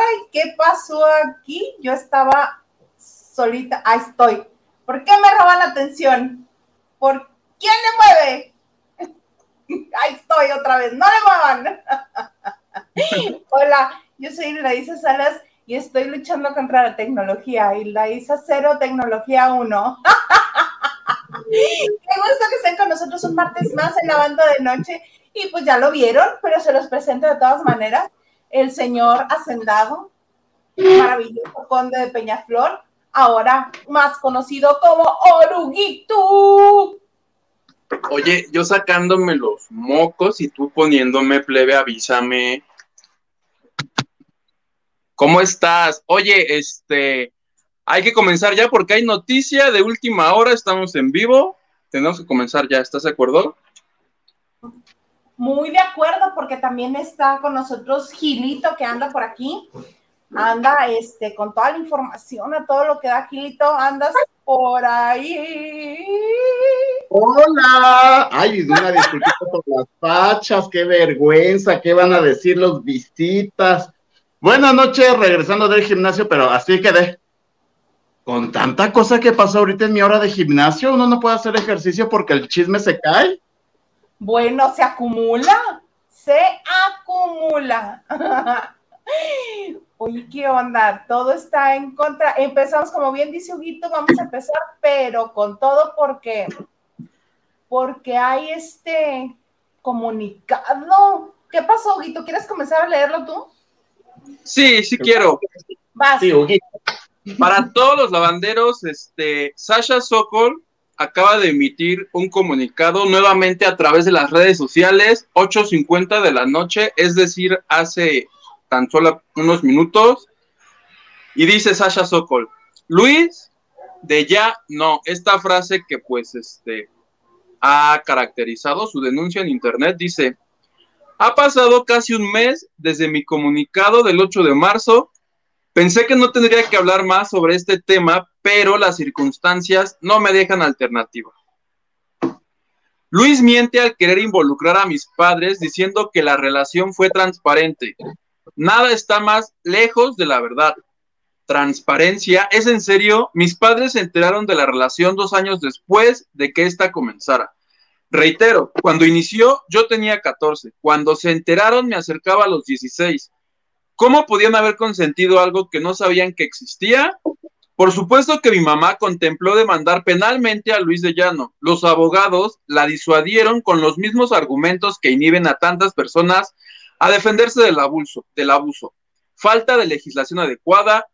¿qué pasó aquí? Yo estaba solita. Ahí estoy. ¿Por qué me roban la atención? ¿Por quién le mueve? Ahí estoy otra vez. ¡No le muevan! Hola, yo soy Laisa Salas y estoy luchando contra la tecnología. Y Laisa Cero, Tecnología 1. Qué gusto que estén con nosotros un martes más en la banda de noche. Y pues ya lo vieron, pero se los presento de todas maneras. El señor Hacendado, maravilloso conde de Peñaflor, ahora más conocido como Oruguito. Oye, yo sacándome los mocos y tú poniéndome plebe, avísame. ¿Cómo estás? Oye, hay que comenzar ya porque hay noticia de última hora, estamos en vivo, tenemos que comenzar ya, ¿estás de acuerdo? Muy de acuerdo, porque también está con nosotros Gilito, que anda por aquí. Anda con toda la información, a todo lo que da Gilito, andas por ahí. Hola, ay, una disculpita por las fachas, qué vergüenza, qué van a decir los visitas. Buenas noches, regresando del gimnasio, pero así quedé. Con tanta cosa que pasó ahorita en mi hora de gimnasio, uno no puede hacer ejercicio porque el chisme se cae. Bueno, se acumula. Oye, ¿qué onda? Todo está en contra. Empezamos, como bien dice Huguito, vamos a empezar, pero con todo porque hay comunicado. ¿Qué pasó, Huguito? ¿Quieres comenzar a leerlo tú? Sí quiero. Vas. Sí, Huguito. Para todos los lavanderos, Sasha Sokol acaba de emitir un comunicado nuevamente a través de las redes sociales, 8:50 de la noche, es decir, hace tan solo unos minutos, y dice Sasha Sokol: Luis, de ya no, esta frase que pues ha caracterizado su denuncia en internet, dice: ha pasado casi un mes desde mi comunicado del 8 de marzo, pensé que no tendría que hablar más sobre este tema, pero las circunstancias no me dejan alternativa. Luis miente al querer involucrar a mis padres diciendo que la relación fue transparente. Nada está más lejos de la verdad. Transparencia, ¿es en serio? Mis padres se enteraron de la relación 2 años después de que esta comenzara. Reitero, cuando inició yo tenía 14. Cuando se enteraron me acercaba a los 16. ¿Cómo podían haber consentido algo que no sabían que existía? Por supuesto que mi mamá contempló demandar penalmente a Luis de Llano. Los abogados la disuadieron con los mismos argumentos que inhiben a tantas personas a defenderse del abuso. Falta de legislación adecuada,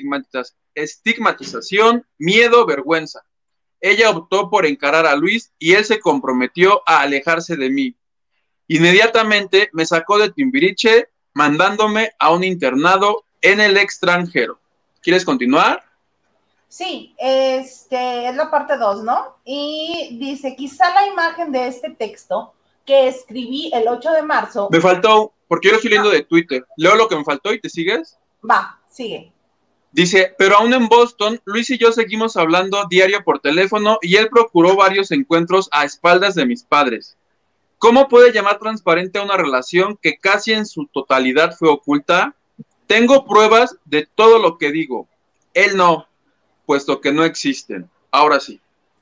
estigmatización, miedo, vergüenza. Ella optó por encarar a Luis y él se comprometió a alejarse de mí. Inmediatamente me sacó de Timbiriche, mandándome a un internado en el extranjero. ¿Quieres continuar? Sí, es la parte 2, ¿no? Y dice, quizá la imagen de este texto que escribí el 8 de marzo... Me faltó, porque yo lo estoy leyendo de Twitter. Leo lo que me faltó y te sigues. Va, sigue. Dice, pero aún en Boston, Luis y yo seguimos hablando diario por teléfono y él procuró varios encuentros a espaldas de mis padres. ¿Cómo puede llamar transparente a una relación que casi en su totalidad fue oculta? Tengo pruebas de todo lo que digo. Él no, puesto que no existen. Ahora sí.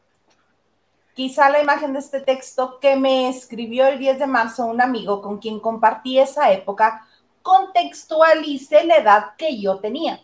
Quizá la imagen de este texto que me escribió el 10 de marzo un amigo con quien compartí esa época contextualice la edad que yo tenía.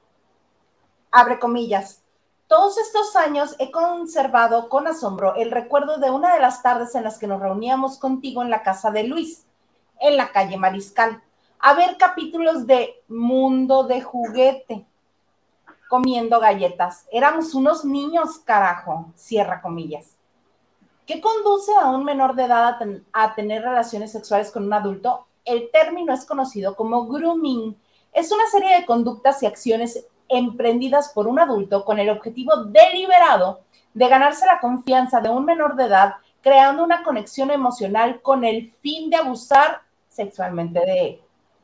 Abre comillas. Todos estos años he conservado con asombro el recuerdo de una de las tardes en las que nos reuníamos contigo en la casa de Luis, en la calle Mariscal, a ver capítulos de Mundo de Juguete, comiendo galletas. Éramos unos niños, carajo, cierra comillas. ¿Qué conduce a un menor de edad a tener relaciones sexuales con un adulto? El término es conocido como grooming. Es una serie de conductas y acciones emprendidas por un adulto con el objetivo deliberado de ganarse la confianza de un menor de edad, creando una conexión emocional con el fin de abusar sexualmente de él.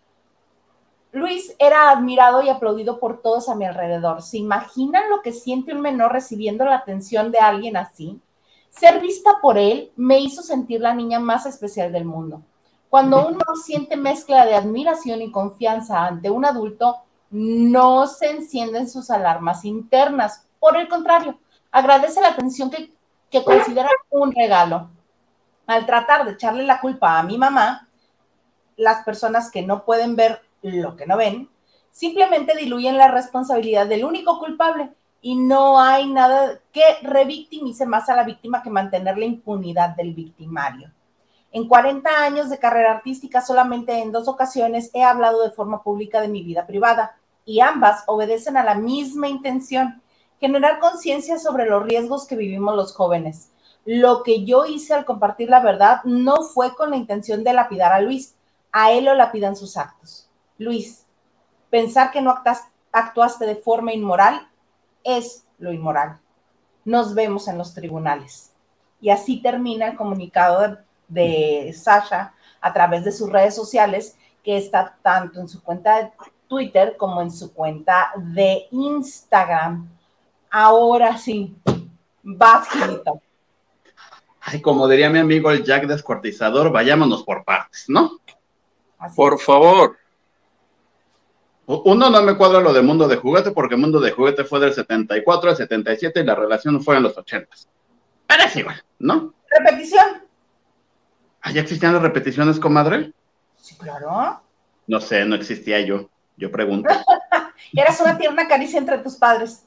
Luis era admirado y aplaudido por todos a mi alrededor. ¿Se imaginan lo que siente un menor recibiendo la atención de alguien así? Ser vista por él me hizo sentir la niña más especial del mundo. Cuando uno siente mezcla de admiración y confianza ante un adulto, No se encienden sus alarmas internas. Por el contrario, agradece la atención que considera un regalo. Al tratar de echarle la culpa a mi mamá, las personas que no pueden ver lo que no ven, simplemente diluyen la responsabilidad del único culpable y no hay nada que revictimice más a la víctima que mantener la impunidad del victimario. En 40 años de carrera artística, solamente en 2 ocasiones he hablado de forma pública de mi vida privada y ambas obedecen a la misma intención, generar conciencia sobre los riesgos que vivimos los jóvenes. Lo que yo hice al compartir la verdad no fue con la intención de lapidar a Luis, a él lo lapidan sus actos. Luis, pensar que no actuaste de forma inmoral es lo inmoral. Nos vemos en los tribunales. Y así termina el comunicado de Sasha a través de sus redes sociales, que está tanto en su cuenta de Twitter como en su cuenta de Instagram. Ahora sí, vas, Gilito. Ay, como diría mi amigo el Jack Descuartizador, vayámonos por partes, ¿no? Así por favor. Uno, no me cuadra lo de Mundo de Juguete, porque Mundo de Juguete fue del 74 al 77 y la relación fue en los 80. Pero es igual, ¿no? Repetición. ¿Ya existían las repeticiones, comadre? Sí, claro. No sé, no existía yo pregunto. Eras una tierna caricia entre tus padres.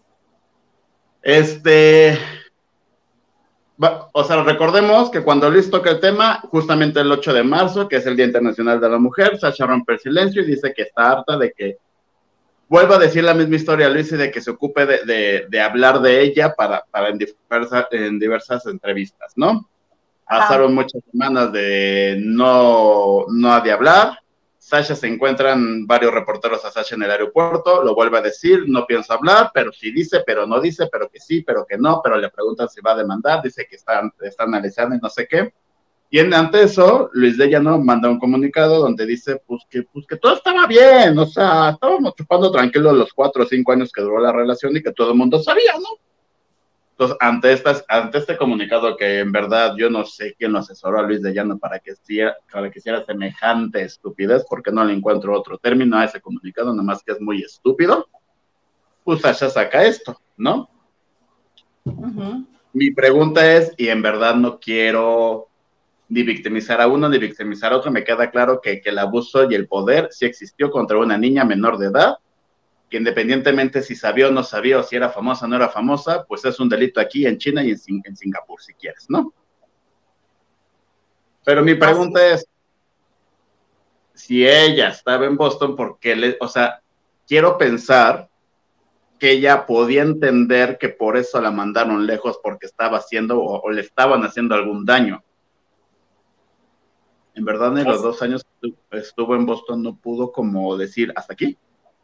O sea, recordemos que cuando Luis toca el tema, justamente el 8 de marzo, que es el Día Internacional de la Mujer, Sasha rompe el silencio y dice que está harta de que vuelva a decir la misma historia a Luis y de que se ocupe de hablar de ella para en diversas entrevistas, ¿no? Pasaron muchas semanas de no ha de hablar. Sasha se encuentran varios reporteros a Sasha en el aeropuerto, lo vuelve a decir, no pienso hablar, pero sí dice, pero no dice, pero que sí, pero que no, pero le preguntan si va a demandar, dice que está analizando y no sé qué. Y ante eso, Luis de Llano manda un comunicado donde dice pues que todo estaba bien, o sea, estábamos chupando tranquilos los 4 o 5 años que duró la relación y que todo el mundo sabía, ¿no? Entonces, ante este comunicado, que en verdad yo no sé quién lo asesoró a Luis de Llano para que hiciera semejante estupidez, porque no le encuentro otro término a ese comunicado, nada más que es muy estúpido, pues Sasha saca esto, ¿no? Uh-huh. Mi pregunta es, y en verdad no quiero ni victimizar a uno ni victimizar a otro, me queda claro que el abuso y el poder sí existió contra una niña menor de edad, que independientemente si sabía o no sabía, o si era famosa o no era famosa, pues es un delito aquí en China y en Singapur, si quieres, ¿no? Pero mi pregunta es, si ella estaba en Boston, ¿por qué o sea, quiero pensar que ella podía entender que por eso la mandaron lejos, porque estaba haciendo o le estaban haciendo algún daño. En verdad, en los 2 años que estuvo en Boston no pudo como decir hasta aquí.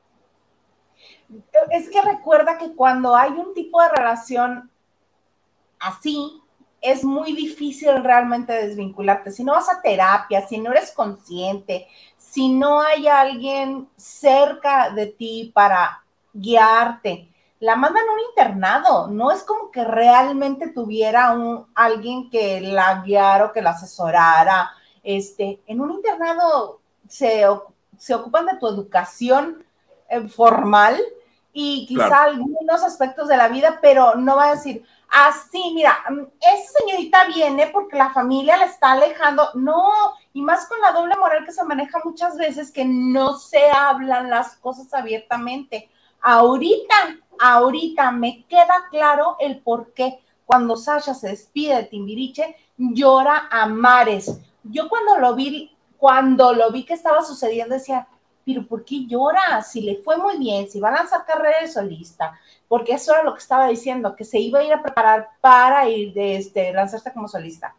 Es que recuerda que cuando hay un tipo de relación así, es muy difícil realmente desvincularte. Si no vas a terapia, si no eres consciente, si no hay alguien cerca de ti para guiarte, la mandan a un internado. No es como que realmente tuviera alguien que la guiara o que la asesorara. En un internado se ocupan de tu educación formal y quizá algunos aspectos de la vida, pero no va a decir, sí, mira, esa señorita viene porque la familia la está alejando. No, y más con la doble moral que se maneja muchas veces, que no se hablan las cosas abiertamente. Ahorita me queda claro el por qué cuando Sasha se despide de Timbiriche, llora a mares. Yo cuando lo vi que estaba sucediendo, decía, pero ¿por qué llora? Si le fue muy bien, si va a lanzar carrera de solista, porque eso era lo que estaba diciendo, que se iba a ir a preparar para ir lanzarse como solista.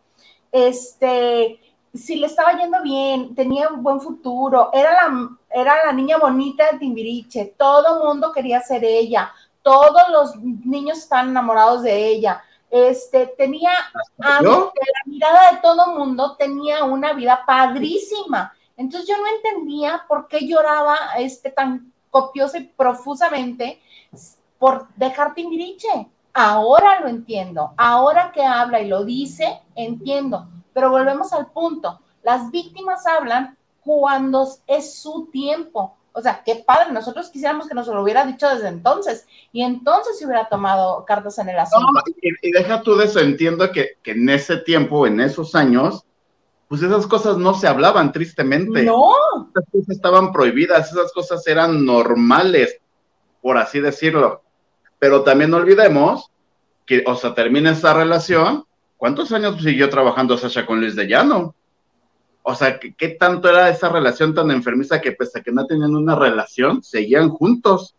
Si le estaba yendo bien, tenía un buen futuro, era la niña bonita de Timbiriche, todo mundo quería ser ella, todos los niños están enamorados de ella. Tenía, ante la mirada de todo mundo, tenía una vida padrísima. Entonces yo no entendía por qué lloraba tan copiosa y profusamente por dejar Timbiriche. Ahora lo entiendo, ahora que habla y lo dice, entiendo, pero volvemos al punto, las víctimas hablan cuando es su tiempo, O sea, qué padre, nosotros quisiéramos que nos lo hubiera dicho desde entonces, y entonces se hubiera tomado cartas en el asunto. No, y deja tú de eso, entiendo que en ese tiempo, en esos años, pues esas cosas no se hablaban, tristemente. No. Esas cosas estaban prohibidas, esas cosas eran normales, por así decirlo. Pero también no olvidemos que, o sea, termina esta relación, ¿cuántos años siguió trabajando Sasha con Luis de Llano? O sea, ¿qué tanto era esa relación tan enfermiza que pese a que no tenían una relación, seguían juntos?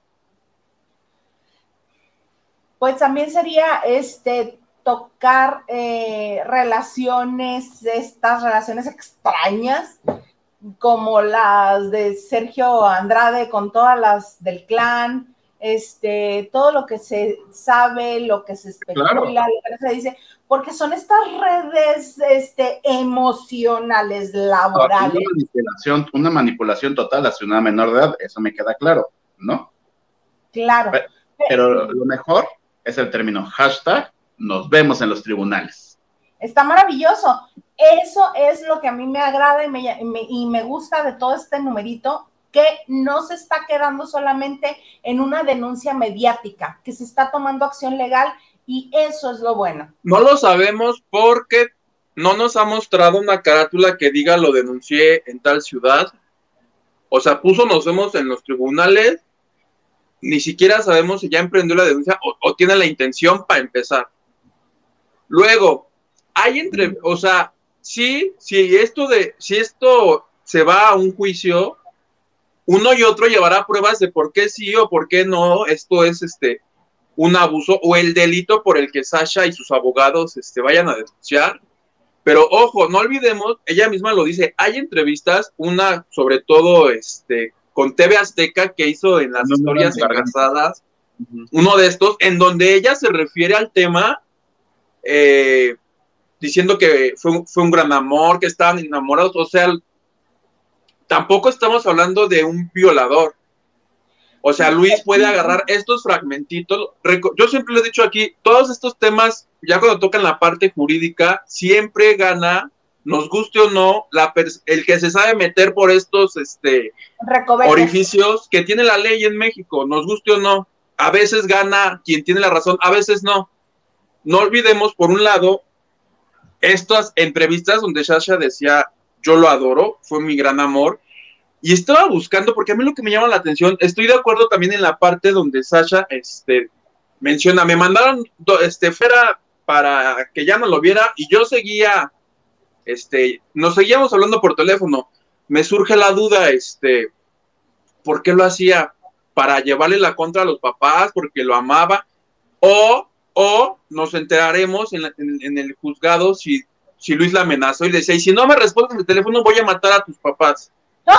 Pues también sería tocar estas relaciones extrañas, como las de Sergio Andrade con todas las del clan, todo lo que se sabe, lo que se especula, claro, lo que se dice, porque son estas redes emocionales, laborales. Una manipulación total hacia una menor de edad, eso me queda claro, ¿no? Claro. Pero lo mejor es el término hashtag, nos vemos en los tribunales. Está maravilloso. Eso es lo que a mí me agrada y me gusta de todo este numerito, que no se está quedando solamente en una denuncia mediática, que se está tomando acción legal, y eso es lo bueno. No lo sabemos porque no nos ha mostrado una carátula que diga lo denuncié en tal ciudad. O sea, puso nos vemos en los tribunales. Ni siquiera sabemos si ya emprendió la denuncia o tiene la intención para empezar. Luego, o sea, si esto se va a un juicio, uno y otro llevará pruebas de por qué sí o por qué no, esto es un abuso o el delito por el que Sasha y sus abogados vayan a denunciar. Pero ojo, no olvidemos, ella misma lo dice, hay entrevistas, una sobre todo con TV Azteca que hizo en las historias engarzadas, uno de estos, en donde ella se refiere al tema diciendo que fue un gran amor, que estaban enamorados, o sea, tampoco estamos hablando de un violador. O sea, Luis puede agarrar estos fragmentitos. Yo siempre le he dicho aquí, todos estos temas, ya cuando tocan la parte jurídica, siempre gana, nos guste o no, el que se sabe meter por estos orificios que tiene la ley en México, nos guste o no. A veces gana quien tiene la razón, a veces no. No olvidemos, por un lado, estas entrevistas donde Sasha decía, yo lo adoro, fue mi gran amor. Y estaba buscando, porque a mí lo que me llama la atención, estoy de acuerdo también en la parte donde Sasha menciona, me mandaron fuera para que ya no lo viera, y yo seguía, nos seguíamos hablando por teléfono. Me surge la duda, ¿por qué lo hacía? ¿Para llevarle la contra a los papás? ¿Porque lo amaba? O nos enteraremos en el juzgado si Luis la amenazó y le decía, y si no me respondes el teléfono, voy a matar a tus papás.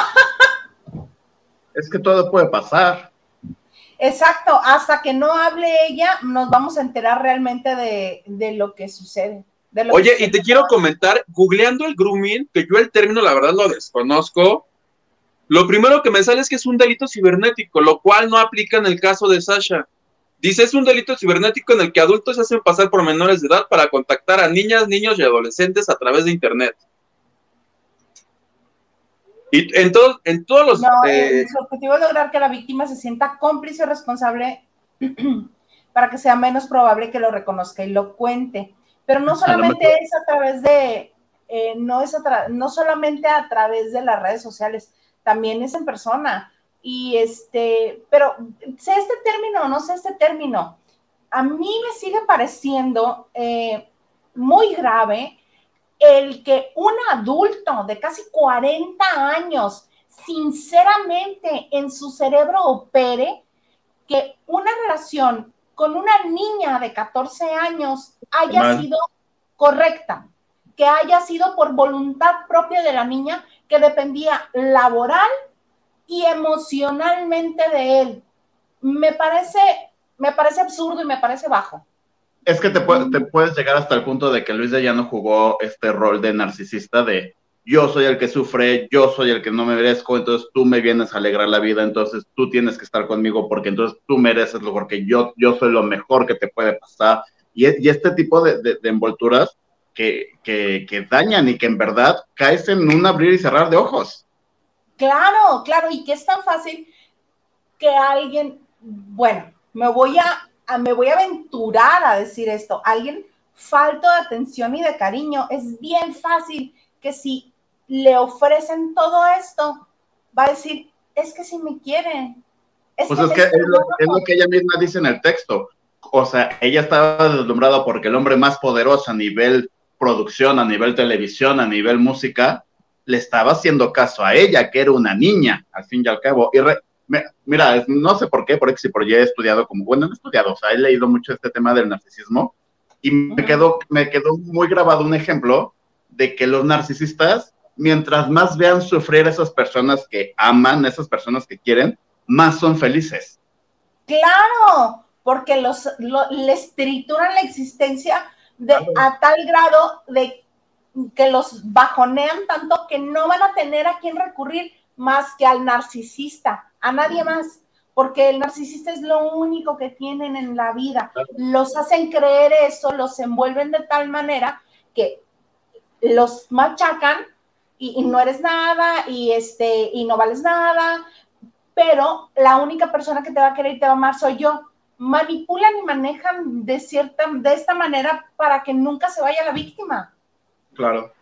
Es que todo puede pasar. Exacto, hasta que no hable ella, nos vamos a enterar realmente de lo que sucede. Oye, y te quiero comentar, googleando el grooming, que yo el término la verdad lo desconozco, lo primero que me sale es que es un delito cibernético, lo cual no aplica en el caso de Sasha. Dice, es un delito cibernético en el que adultos se hacen pasar por menores de edad para contactar a niñas, niños y adolescentes a través de internet. Y en todos los... su objetivo es lograr que la víctima se sienta cómplice o responsable para que sea menos probable que lo reconozca y lo cuente. Pero no solamente es a través de... no solamente a través de las redes sociales, también es en persona. Y pero sé este término o no sé este término, a mí me sigue pareciendo muy grave el que un adulto de casi 40 años sinceramente en su cerebro opere que una relación con una niña de 14 años haya sido correcta, que haya sido por voluntad propia de la niña, que dependía laboral y emocionalmente de él. Me parece absurdo y me parece bajo. Es que te puedes llegar hasta el punto de que Luis de Llano jugó este rol de narcisista de yo soy el que sufre, yo soy el que no me merezco, entonces tú me vienes a alegrar la vida, entonces tú tienes que estar conmigo porque entonces tú mereces lo porque yo soy lo mejor que te puede pasar. Y este tipo de envolturas que dañan y que en verdad caes en un abrir y cerrar de ojos. Claro, claro, y que es tan fácil que alguien, bueno, me voy a aventurar a decir esto, alguien falto de atención y de cariño, es bien fácil que si le ofrecen todo esto, va a decir, es que si me quieren. Pues es que es lo que ella misma dice en el texto. O sea, ella estaba deslumbrada porque el hombre más poderoso a nivel producción, a nivel televisión, a nivel música, le estaba haciendo caso a ella, que era una niña, al fin y al cabo. Y mira, no sé por qué, por X y por Y he estudiado no he estudiado, o sea, he leído mucho este tema del narcisismo y me quedó muy grabado un ejemplo de que los narcisistas, mientras más vean sufrir a esas personas que aman, a esas personas que quieren, más son felices. Claro, porque les trituran la existencia a tal grado de que los bajonean tanto que no van a tener a quién recurrir más que al narcisista, a nadie más, porque el narcisista es lo único que tienen en la vida. Los hacen creer eso, los envuelven de tal manera que los machacan y no eres nada y no vales nada, pero la única persona que te va a querer y te va a amar soy yo. Manipulan y manejan de esta manera para que nunca se vaya la víctima. Claro.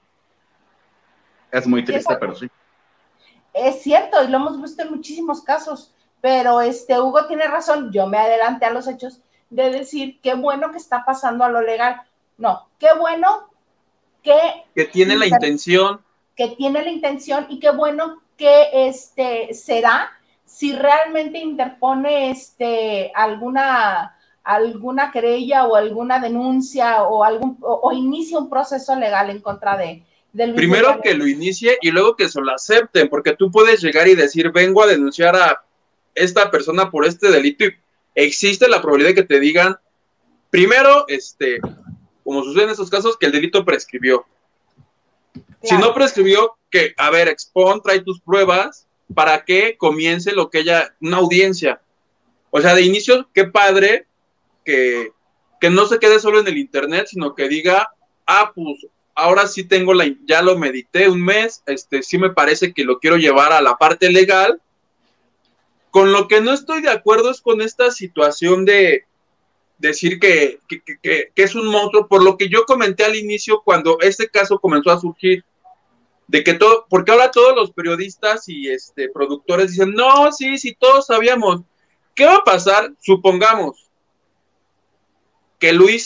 Es muy triste, pero sí. Es cierto, y lo hemos visto en muchísimos casos, pero Hugo tiene razón, yo me adelanté a los hechos de decir qué bueno que está pasando a lo legal. No, qué bueno que tiene la intención. Que tiene la intención y qué bueno que será si realmente interpone alguna querella o alguna denuncia o inicia un proceso legal en contra de Luis. Primero que lo inicie y luego que se lo acepten, porque tú puedes llegar y decir, vengo a denunciar a esta persona por este delito y existe la probabilidad de que te digan, primero, como sucede en estos casos, que el delito prescribió. Claro. Si no prescribió, que, a ver, trae tus pruebas para que comience una audiencia. O sea, de inicio, qué padre que no se quede solo en el internet, sino que diga, pues, ahora sí ya lo medité un mes, sí me parece que lo quiero llevar a la parte legal. Con lo que no estoy de acuerdo es con esta situación de decir que es un monstruo, por lo que yo comenté al inicio cuando este caso comenzó a surgir, de que porque ahora todos los periodistas y productores dicen, no, sí, todos sabíamos. ¿Qué va a pasar? Supongamos que Luis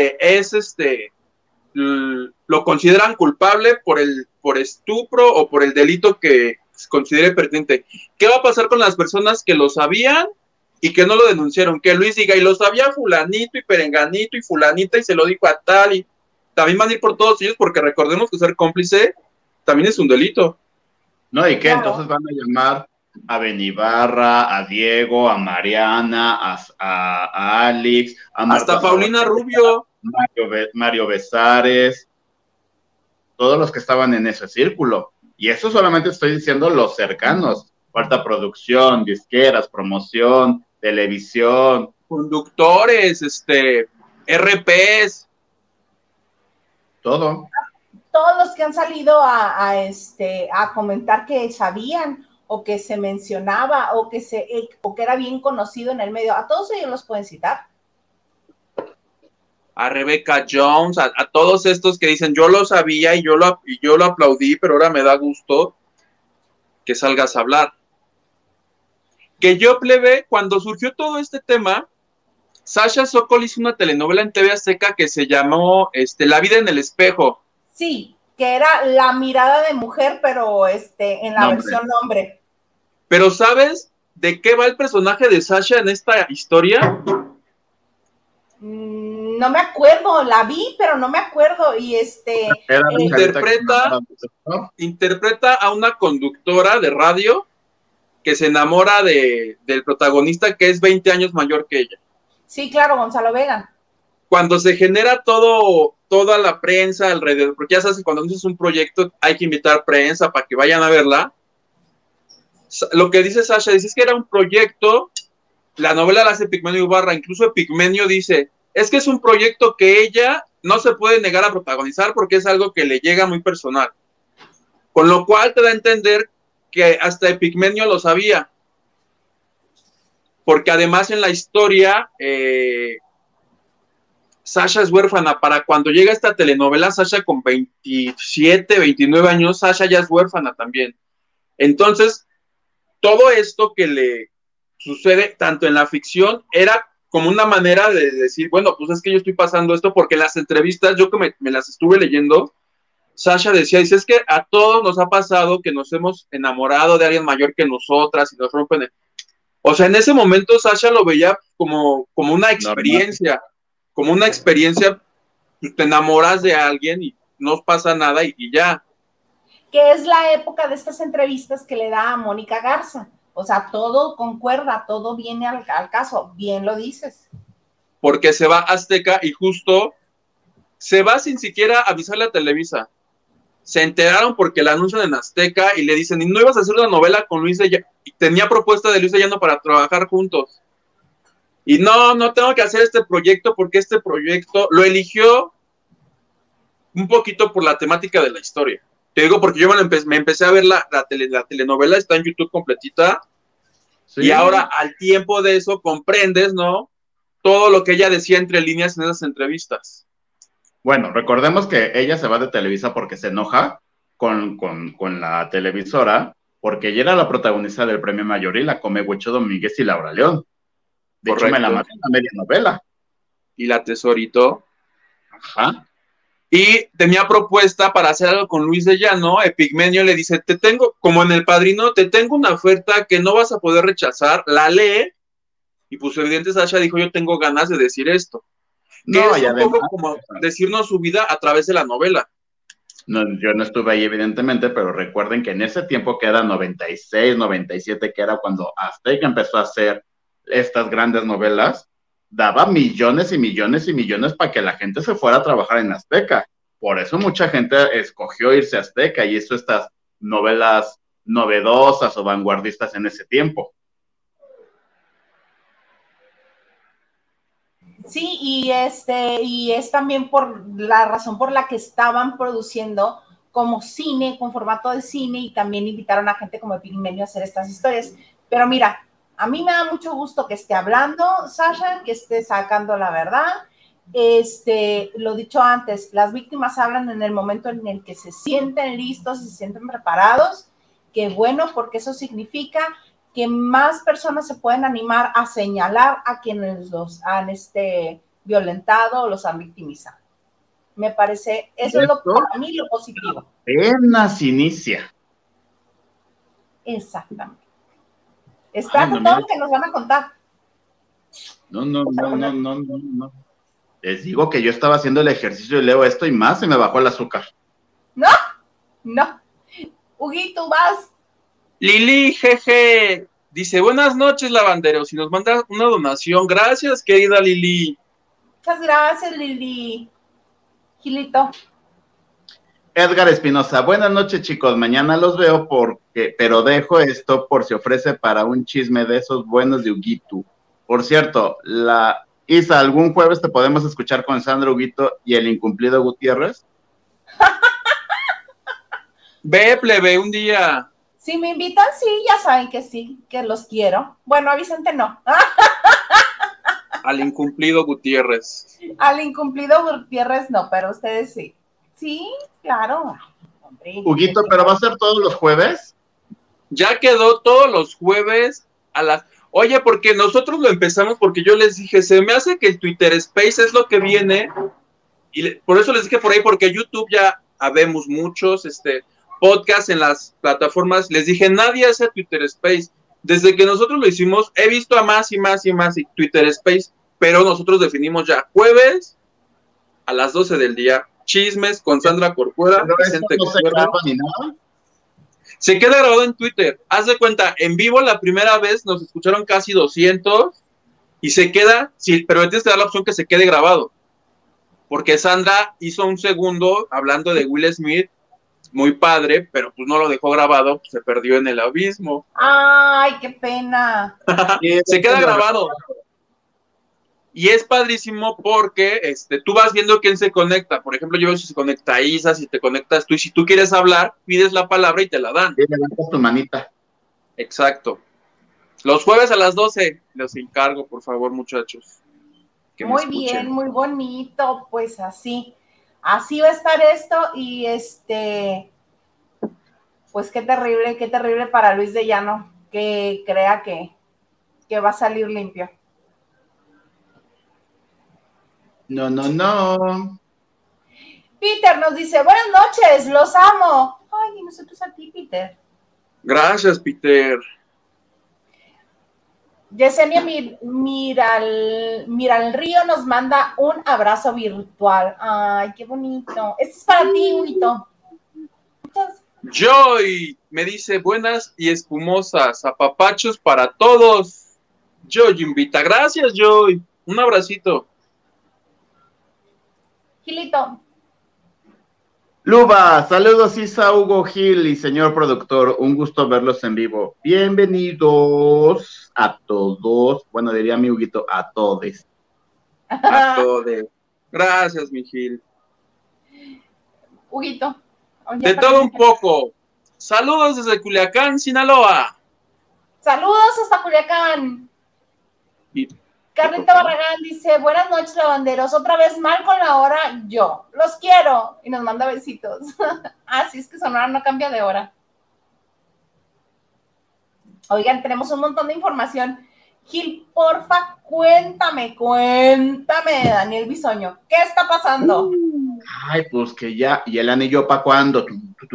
lo consideran culpable por estupro o por el delito que se considere pertinente. ¿Qué va a pasar con las personas que lo sabían y que no lo denunciaron? Que Luis diga, y lo sabía fulanito y perenganito y fulanita y se lo dijo a tal, y también van a ir por todos ellos, porque recordemos que ser cómplice también es un delito. No, ¿y qué? Claro. Entonces van a llamar a Benibarra, a Diego, a Mariana, a Alex, hasta Paulina Rubio, Mario Besares, todos los que estaban en ese círculo. Y eso solamente estoy diciendo los cercanos. Falta producción, disqueras, promoción, televisión. Conductores, RPs. Todo. Todos los que han salido a comentar que sabían o que se mencionaba o que era bien conocido en el medio, a todos ellos los pueden citar. A Rebecca Jones, a todos estos que dicen, yo lo sabía y yo lo aplaudí, pero ahora me da gusto que salgas a hablar. Que yo, plebe, cuando surgió todo este tema, Sasha Sokol hizo una telenovela en TV Azteca que se llamó La vida en el espejo. Sí, que era la mirada de mujer, pero en la versión hombre. Pero ¿sabes de qué va el personaje de Sasha en esta historia? No me acuerdo, la vi, pero no me acuerdo. Y interpreta a una conductora de radio que se enamora del protagonista, que es 20 años mayor que ella. Sí, claro, Gonzalo Vega. Cuando se genera toda la prensa alrededor, porque ya sabes que cuando haces un proyecto hay que invitar prensa para que vayan a verla. Lo que dice Sasha, dice, es que era un proyecto, la novela la hace Pigmenio Ibarra, incluso Pigmenio dice, es que es un proyecto que ella no se puede negar a protagonizar porque es algo que le llega muy personal. Con lo cual te da a entender que hasta Epigmenio lo sabía. Porque además en la historia, Sasha es huérfana. Para cuando llega esta telenovela, Sasha con 27, 29 años, Sasha ya es huérfana también. Entonces, todo esto que le sucede, tanto en la ficción, era como una manera de decir, bueno, pues es que yo estoy pasando esto, porque en las entrevistas, yo que me las estuve leyendo, Sasha decía, dice, es que a todos nos ha pasado que nos hemos enamorado de alguien mayor que nosotras y nos rompen. O sea, en ese momento Sasha lo veía como una experiencia, como una experiencia, pues te enamoras de alguien y no pasa nada y ya. Que es la época de estas entrevistas que le da a Mónica Garza. O sea, todo concuerda, todo viene al caso, bien lo dices. Porque se va a Azteca y justo se va sin siquiera avisarle a Televisa. Se enteraron porque la anuncian en Azteca y le dicen, ¿y no ibas a hacer una novela con Luis de Llano? Y tenía propuesta de Luis de Llano para trabajar juntos. Y no tengo que hacer este proyecto porque este proyecto lo eligió un poquito por la temática de la historia. Te digo porque yo me empecé a ver la telenovela, está en YouTube completita. Sí. Y ahora al tiempo de eso comprendes, ¿no? Todo lo que ella decía entre líneas en esas entrevistas. Bueno, recordemos que ella se va de Televisa porque se enoja con la televisora, porque ella era la protagonista del Premio Mayor y la come Huicho Domínguez y Laura León. De hecho, me la maté en la media novela. Y la Tesorito. Ajá. Y tenía propuesta para hacer algo con Luis de Llano. Epigmenio le dice, te tengo, como en El Padrino, te tengo una oferta que no vas a poder rechazar, la lee. Y pues evidente Sasha dijo, yo tengo ganas de decir esto. Que no, es un poco como decirnos su vida a través de la novela. No, yo no estuve ahí evidentemente, pero recuerden que en ese tiempo que era 96, 97, que era cuando Azteca empezó a hacer estas grandes novelas, daba millones y millones y millones para que la gente se fuera a trabajar en Azteca. Por eso mucha gente escogió irse a Azteca y hizo estas novelas novedosas o vanguardistas en ese tiempo. Sí, y es también por la razón por la que estaban produciendo como cine, con formato de cine, y también invitaron a gente como Epigmenio a hacer estas historias. Pero mira, a mí me da mucho gusto que esté hablando, Sasha, que esté sacando la verdad. Lo dicho antes, las víctimas hablan en el momento en el que se sienten listos, se sienten preparados. Qué bueno, porque eso significa que más personas se pueden animar a señalar a quienes los han violentado o los han victimizado. Me parece, eso es para mí lo positivo. Apenas inicia. Exactamente. Espérate todo lo que nos van a contar. No. Les digo que yo estaba haciendo el ejercicio y leo esto y más se me bajó el azúcar. No. Huguito, vas. Lili, jeje, dice, buenas noches, lavanderos, y nos manda una donación. Gracias, querida Lili. Muchas gracias, Lili. Gilito. Edgar Espinosa, buenas noches, chicos. Mañana los veo pero dejo esto por si ofrece para un chisme de esos buenos de Huguito. Por cierto, Isa, ¿algún jueves te podemos escuchar con Sandro Huguito y el incumplido Gutiérrez? Ve, plebe, un día. Si me invitan, sí, ya saben que sí, que los quiero. Bueno, a Vicente no. Al incumplido Gutiérrez. Al incumplido Gutiérrez no, pero ustedes sí. Sí, claro. Hombre, Huguito, ¿pero va a ser todos los jueves? Ya quedó todos los jueves a las... Oye, porque nosotros lo empezamos porque yo les dije, se me hace que el Twitter Space es lo que viene, y por eso les dije por ahí, porque YouTube ya habemos muchos, podcast en las plataformas, les dije, nadie hace Twitter Space. Desde que nosotros lo hicimos, he visto a más y más y más y Twitter Space, pero nosotros definimos ya jueves a las 12 del día, chismes con Sandra Corcuera. ¿Pero eso no se graba ni nada? Se queda grabado en Twitter. Haz de cuenta, en vivo la primera vez nos escucharon casi 200 y se queda, sí, pero tienes que dar la opción que se quede grabado. Porque Sandra hizo un segundo hablando de Will Smith, muy padre, pero pues no lo dejó grabado, pues se perdió en el abismo. ¡Ay, qué pena! Se queda grabado. Y es padrísimo porque tú vas viendo quién se conecta. Por ejemplo, yo veo si se conecta Isa, si te conectas tú, y si tú quieres hablar, pides la palabra y te la dan. Y levantas tu manita. Exacto. Los jueves a las 12, los encargo, por favor, muchachos. Que muy bien, muy bonito, pues así va a estar esto y pues qué terrible para Luis de Llano que crea que va a salir limpio. No. Peter nos dice, buenas noches, los amo. Ay, y nosotros a ti, Peter. Gracias, Peter. Yesenia Miral Río nos manda un abrazo virtual. Ay, qué bonito. Este es para ti, Huguito. Joy me dice buenas y espumosas, apapachos para todos. Joy invita. Gracias, Joy. Un abracito. Gilito. Luba, saludos Isa, Hugo, Gil y señor productor, un gusto verlos en vivo. Bienvenidos a todos, bueno, diría mi Huguito, a todes. A todes. Gracias, mi Gil. Huguito. De todo un poco. Saludos desde Culiacán, Sinaloa. Saludos hasta Culiacán. Carlita Barragán dice, buenas noches, lavanderos, otra vez mal con la hora, yo, los quiero, y nos manda besitos. Así es que Sonora no cambia de hora. Oigan, tenemos un montón de información. Gil, porfa, cuéntame, Daniel Bisoño, ¿qué está pasando? Ay, pues que ya, ¿y el anillo para cuándo?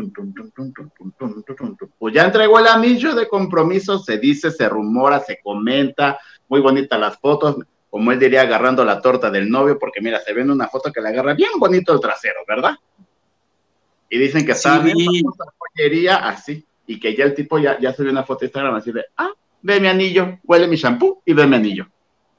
Pues ya entregó el anillo de compromiso, se dice, se rumora, se comenta, muy bonitas las fotos, como él diría, agarrando la torta del novio, porque mira, se ve en una foto que le agarra bien bonito el trasero, ¿verdad? Y dicen que está bien la joyería, así, y que ya el tipo ya subió una foto de Instagram así de, ve mi anillo, huele mi shampoo y ve mi anillo.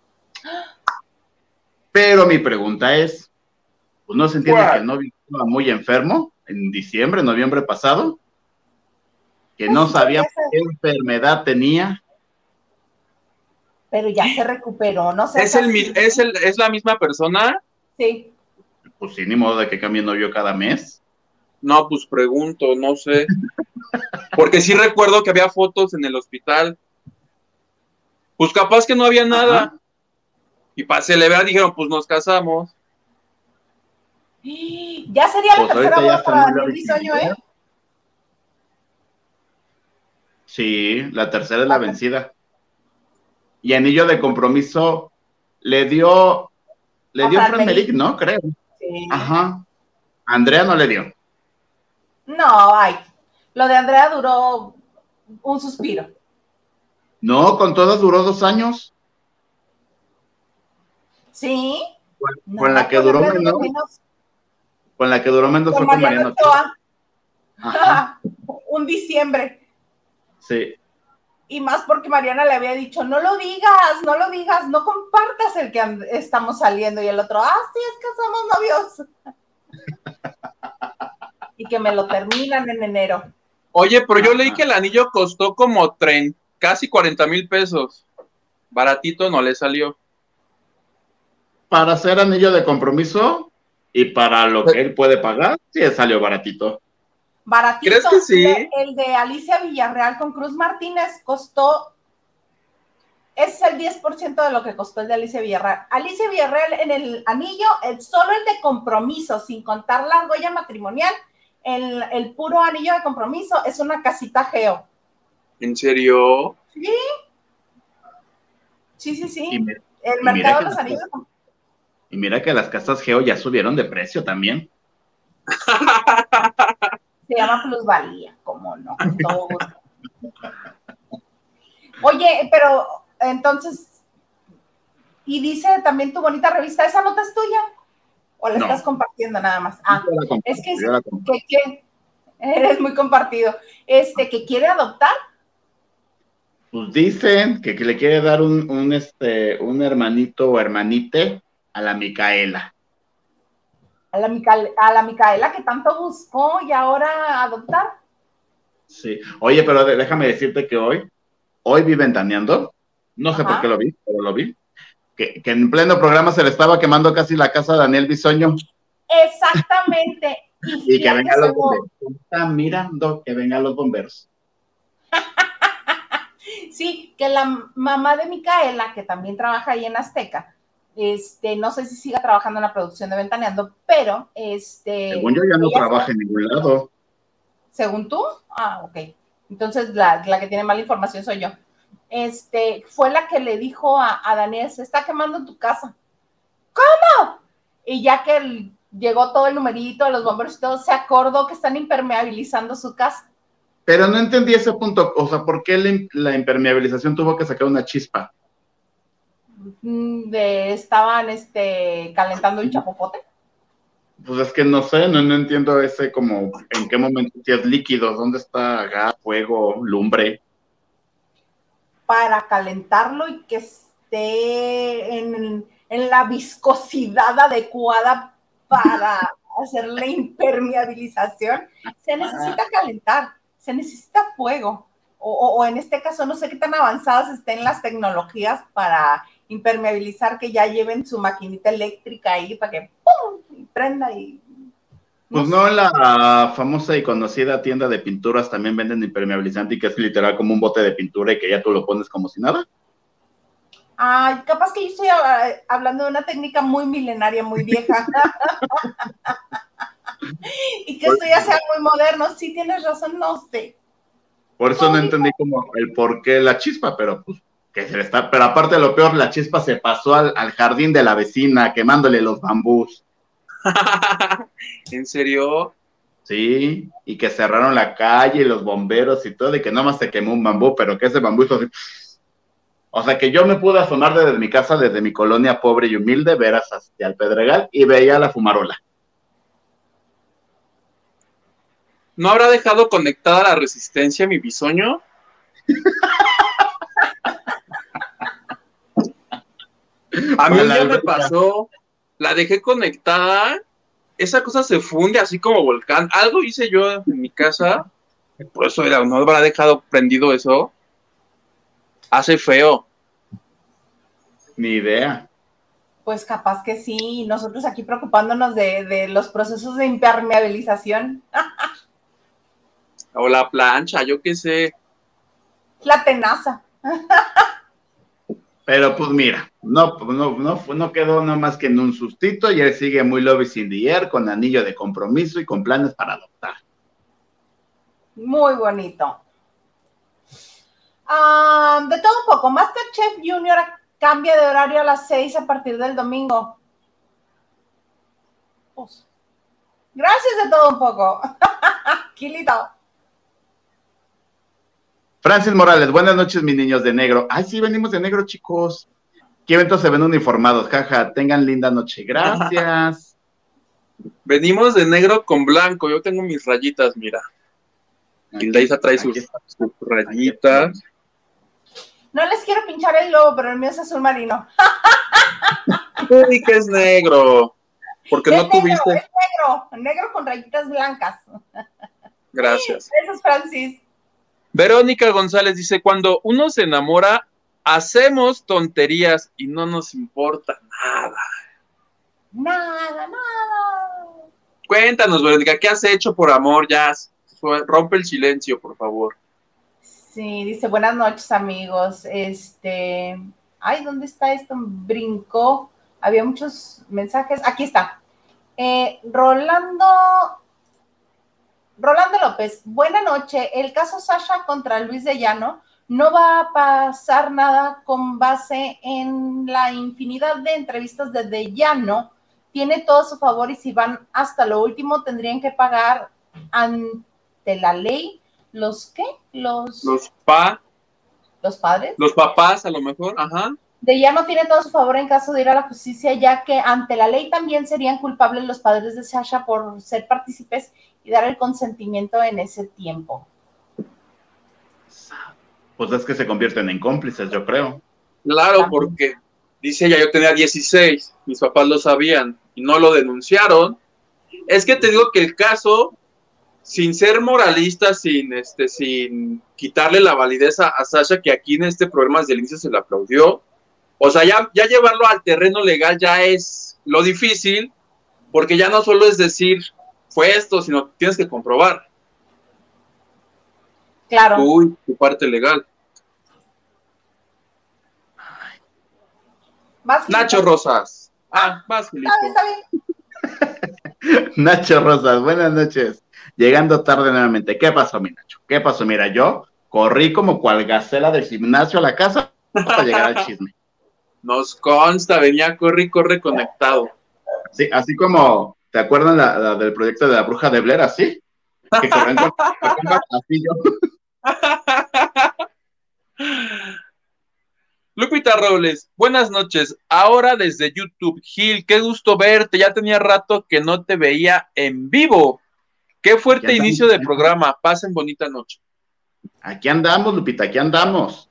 Pero mi pregunta es, pues no se entiende que el novio estaba muy enfermo en diciembre, noviembre pasado, que no sabía qué enfermedad tenía. Pero ya se recuperó, no sé. ¿Es la misma persona? Sí. Pues sí, ni modo de que cambie novio cada mes. No, pues pregunto, no sé. Porque sí recuerdo que había fotos en el hospital. Pues capaz que no había nada. Ajá. Y para celebrar dijeron, pues nos casamos. Ya sería la tercera boda para Daniel Bisoño, ¿eh? Sí, la tercera es la vencida. Y anillo de compromiso le dio Fran Merrick, ¿no? Creo. Sí. Ajá. Andrea no le dio. No, lo de Andrea duró un suspiro. No, con todas duró 2 años. Sí. Con la que duró menos. Con la que duró menos fue con Mariano Ochoa. Ajá. Un diciembre. Sí. Y más porque Mariana le había dicho, no lo digas, no compartas el que estamos saliendo. Y el otro, sí, es que somos novios. Y que me lo terminan en enero. Oye, pero yo leí que el anillo costó como casi 40,000 pesos. Baratito no le salió. Para hacer anillo de compromiso y para lo que él puede pagar, sí salió baratito. Baratito. ¿Crees que sí? El de Alicia Villarreal con Cruz Martínez costó, ese es el 10% de lo que costó el de Alicia Villarreal. Alicia Villarreal en el anillo, solo el de compromiso, sin contar la argolla matrimonial, el puro anillo de compromiso es una casita Geo. ¿En serio? Sí. El mercado de los anillos de compromiso. Y mira que las casas Geo ya subieron de precio también. Se llama plusvalía, ¿cómo no? Con todo gusto. Oye, pero entonces, y dice también tu bonita revista, ¿esa nota es tuya? ¿O la estás compartiendo nada más? Es que eres muy compartido. ¿Que quiere adoptar? Pues dicen que le quiere dar un hermanito o hermanite a la Micaela. A la Micaela que tanto buscó y ahora adoptar. Sí. Oye, pero déjame decirte que hoy vi Ventaneando. No sé por qué lo vi, pero lo vi. que en pleno programa se le estaba quemando casi la casa a Daniel Bisoño. Exactamente. Y que vengan los bomberos. Está mirando que vengan los bomberos. Sí, que la mamá de Micaela, que también trabaja ahí en Azteca, no sé si siga trabajando en la producción de Ventaneando, pero según yo ya no trabaja en ningún lado. ¿Según tú? Ah, ok. Entonces la que tiene mala información soy yo. Fue la que le dijo a Daniel, se está quemando tu casa. ¿Cómo? Y ya que llegó todo el numerito de los bomberos y todo, se acordó que están impermeabilizando su casa. Pero no entendí ese punto, o sea, ¿por qué la impermeabilización tuvo que sacar una chispa? Estaban calentando el chapopote. Pues es que no sé, no entiendo ese como, ¿en qué momento si es líquido? ¿Dónde está gas, fuego, lumbre? Para calentarlo y que esté en la viscosidad adecuada para hacer la impermeabilización, se necesita calentar, se necesita fuego. O en este caso, no sé qué tan avanzadas estén las tecnologías para impermeabilizar, que ya lleven su maquinita eléctrica ahí para que ¡pum! Y prenda y... Pues no, en la famosa y conocida tienda de pinturas también venden impermeabilizante y que es literal como un bote de pintura y que ya tú lo pones como si nada. Ay, capaz que yo estoy hablando de una técnica muy milenaria, muy vieja. Y que esto ya sea muy moderno. Sí, tienes razón, no sé. Por eso no entendí como el por qué la chispa, pero pues que se le está, pero aparte de lo peor, la chispa se pasó al jardín de la vecina, quemándole los bambús. ¿En serio? Sí, y que cerraron la calle y los bomberos y todo, y que nomás se quemó un bambú, pero que ese bambú hizo así. O sea que yo me pude asomar desde mi casa, desde mi colonia pobre y humilde, veras hacia el Pedregal y veía la fumarola. ¿No habrá dejado conectada la resistencia mi bisoño? A mí un día me pasó, la dejé conectada, esa cosa se funde así como volcán. Algo hice yo en mi casa, por eso no habrá dejado prendido eso. Hace feo. Ni idea. Pues capaz que sí, nosotros aquí preocupándonos de los procesos de impermeabilización. O la plancha, yo qué sé. La tenaza. Pero pues mira, no quedó nada más que en un sustito y él sigue muy Love in the Air, con anillo de compromiso y con planes para adoptar. Muy bonito. De todo un poco, MasterChef Junior cambia de horario a las 6 a partir del domingo. Pues, gracias de todo un poco. Quilito. Francis Morales, buenas noches, mis niños de negro. Ay, sí, venimos de negro, chicos. ¿Qué eventos se ven uniformados? Jaja, tengan linda noche. Gracias. Venimos de negro con blanco. Yo tengo mis rayitas, mira. Hildaisa trae sus rayitas. No les quiero pinchar el globo, pero el mío es azul marino. Uy, que es negro. Porque no tuviste. Es negro con rayitas blancas. Gracias. Eso es Francis. Verónica González dice, cuando uno se enamora, hacemos tonterías y no nos importa nada. Nada. Cuéntanos, Verónica, ¿qué has hecho por amor? Ya, rompe el silencio, por favor. Sí, dice, buenas noches, amigos. Ay, ¿dónde está esto? Brincó. Había muchos mensajes. Aquí está. Rolando López, buena noche. El caso Sasha contra Luis de Llano no va a pasar nada con base en la infinidad de entrevistas de Llano. Tiene todo a su favor y si van hasta lo último tendrían que pagar ante la ley. ¿Los qué? Los padres. Los papás, a lo mejor, ajá. De Llano tiene todo a su favor en caso de ir a la justicia, ya que ante la ley también serían culpables los padres de Sasha por ser partícipes y dar el consentimiento en ese tiempo. Pues es que se convierten en cómplices, yo creo. Claro, porque dice ella, yo tenía 16, mis papás lo sabían y no lo denunciaron. Es que te digo que el caso, sin ser moralista, sin quitarle la validez a Sasha, que aquí en este programa desde el inicio se le aplaudió, O sea, ya llevarlo al terreno legal ya es lo difícil, porque ya no solo es decir, fue esto, sino tienes que comprobar. Claro. Tu parte legal. Nacho Rosas. Vas, Filito. Está bien. Nacho Rosas, buenas noches. Llegando tarde nuevamente. ¿Qué pasó, mi Nacho? ¿Qué pasó? Mira, yo corrí como cual gacela del gimnasio a la casa para llegar al chisme. Nos consta, venía corre conectado. Sí, así como, ¿te acuerdan la del proyecto de la bruja de Blair? Así, que corren con así yo. Lupita Robles, buenas noches. Ahora desde YouTube. Gil, qué gusto verte. Ya tenía rato que no te veía en vivo. Qué fuerte inicio de programa. Pasen bonita noche. Aquí andamos, Lupita, aquí andamos.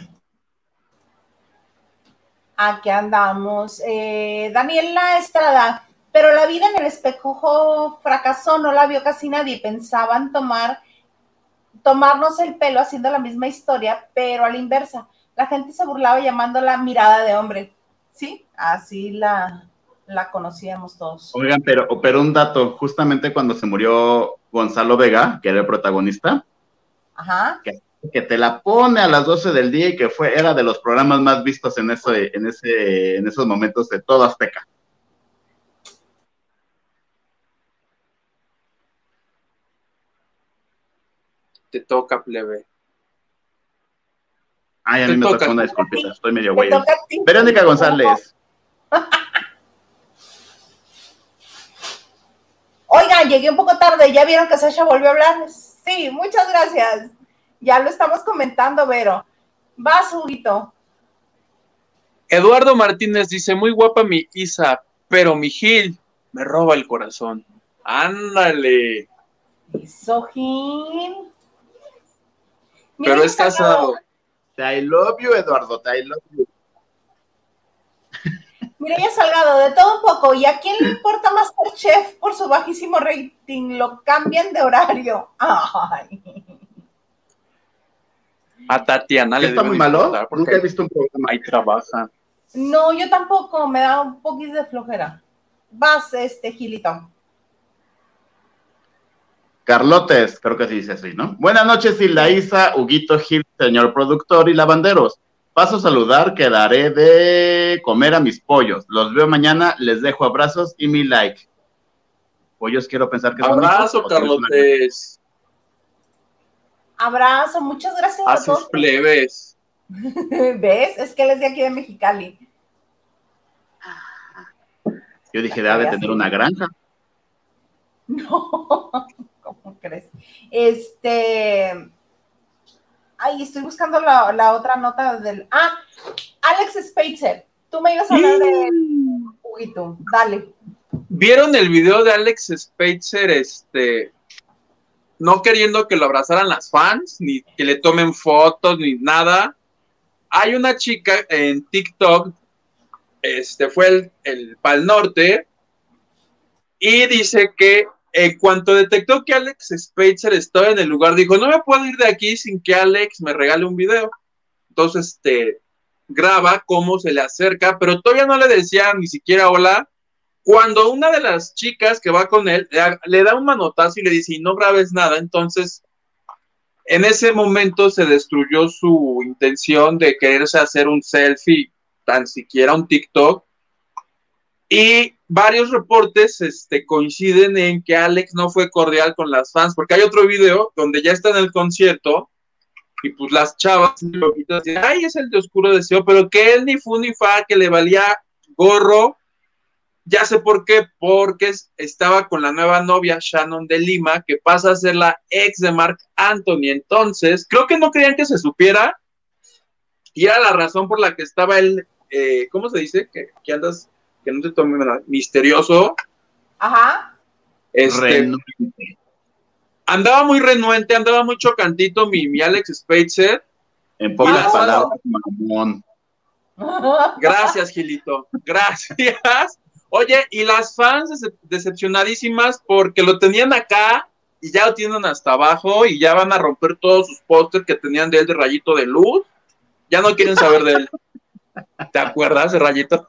Aquí andamos. Daniela Estrada, pero la vida en el espejo fracasó, no la vio casi nadie. Pensaban tomarnos el pelo haciendo la misma historia, pero a la inversa. La gente se burlaba llamándola mirada de hombre. Sí, así la conocíamos todos. Oigan, pero un dato, justamente cuando se murió Gonzalo Vega, que era el protagonista, ajá, que te la pone a las 12 del día y que era de los programas más vistos en esos momentos de todo Azteca. Te toca, plebe. Ay, a mí me tocó una disculpita, estoy medio güey. Verónica Verónica González. Oigan, llegué un poco tarde, ¿ya vieron que Sasha volvió a hablar? Sí, muchas gracias. Ya lo estamos comentando, Vero. Vas, Huguito. Eduardo Martínez dice, muy guapa mi Isa, pero mi Gil me roba el corazón. Ándale. Eso, Gil. Pero es casado. I love you, Eduardo, I love you. Mireya Salgado, de todo un poco. ¿Y a quién le importa MasterChef por su bajísimo rating? Lo cambian de horario. Ay. A Tatiana le está muy malo. Nunca he visto un programa. Ahí trabaja. No, yo tampoco. Me da un poquito de flojera. Vas, Gilito. Carlotes, creo que se dice así, ¿no? Buenas noches, Hilda Isa, Huguito Gil, señor productor y lavanderos. Paso a saludar, que daré de comer a mis pollos. Los veo mañana, les dejo abrazos y mi like. Pollos quiero pensar que son abrazo, Carlotes. Abrazo, muchas gracias a todos. Plebes. ¿Ves? Es que él es de aquí de Mexicali. Yo dije, debe tener una granja. No, ¿cómo crees? Ay, estoy buscando la otra nota del... Alex Spitzer. Tú me ibas a hablar de Huguito. Dale. ¿Vieron el video de Alex Spitzer, no queriendo que lo abrazaran las fans, ni que le tomen fotos, ni nada? Hay una chica en TikTok, fue el Pal Norte, y dice que en cuanto detectó que Alex Spitzer estaba en el lugar, dijo, no me puedo ir de aquí sin que Alex me regale un video. Entonces, graba cómo se le acerca, pero todavía no le decía ni siquiera hola, cuando una de las chicas que va con él le da un manotazo y le dice, y no grabes nada. Entonces, en ese momento se destruyó su intención de quererse hacer un selfie, tan siquiera un TikTok, y varios reportes coinciden en que Alex no fue cordial con las fans, porque hay otro video donde ya está en el concierto y pues las chavas dicen, ay, es el de Oscuro Deseo, pero que él ni fu ni fa, que le valía gorro. Ya sé por qué, porque estaba con la nueva novia Shannon de Lima, que pasa a ser la ex de Marc Anthony. Entonces, creo que no querían que se supiera, y era la razón por la que estaba él, ¿cómo se dice? Que andas, que no te tome misterioso. Ajá. Andaba muy renuente, andaba muy chocantito mi Alex Spitzer. En pocas palabras, mamón. Gracias, Gilito. Gracias. Oye, y las fans decepcionadísimas porque lo tenían acá y ya lo tienen hasta abajo y ya van a romper todos sus pósters que tenían de él de rayito de luz. Ya no quieren saber de él. ¿Te acuerdas, Rayito?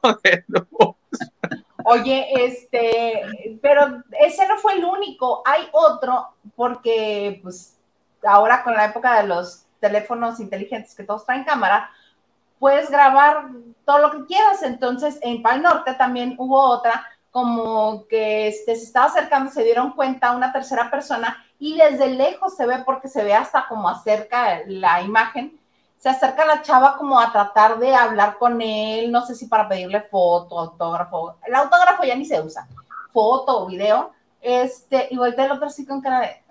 Oye, pero ese no fue el único, hay otro, porque pues ahora con la época de los teléfonos inteligentes que todos traen cámara, puedes grabar todo lo que quieras. Entonces en Pal Norte también hubo otra, como que se estaba acercando, se dieron cuenta una tercera persona y desde lejos se ve, porque se ve hasta como acerca la imagen, se acerca la chava como a tratar de hablar con él, no sé si para pedirle foto, autógrafo, el autógrafo ya ni se usa, foto o video, y voltea el otro así con cara de...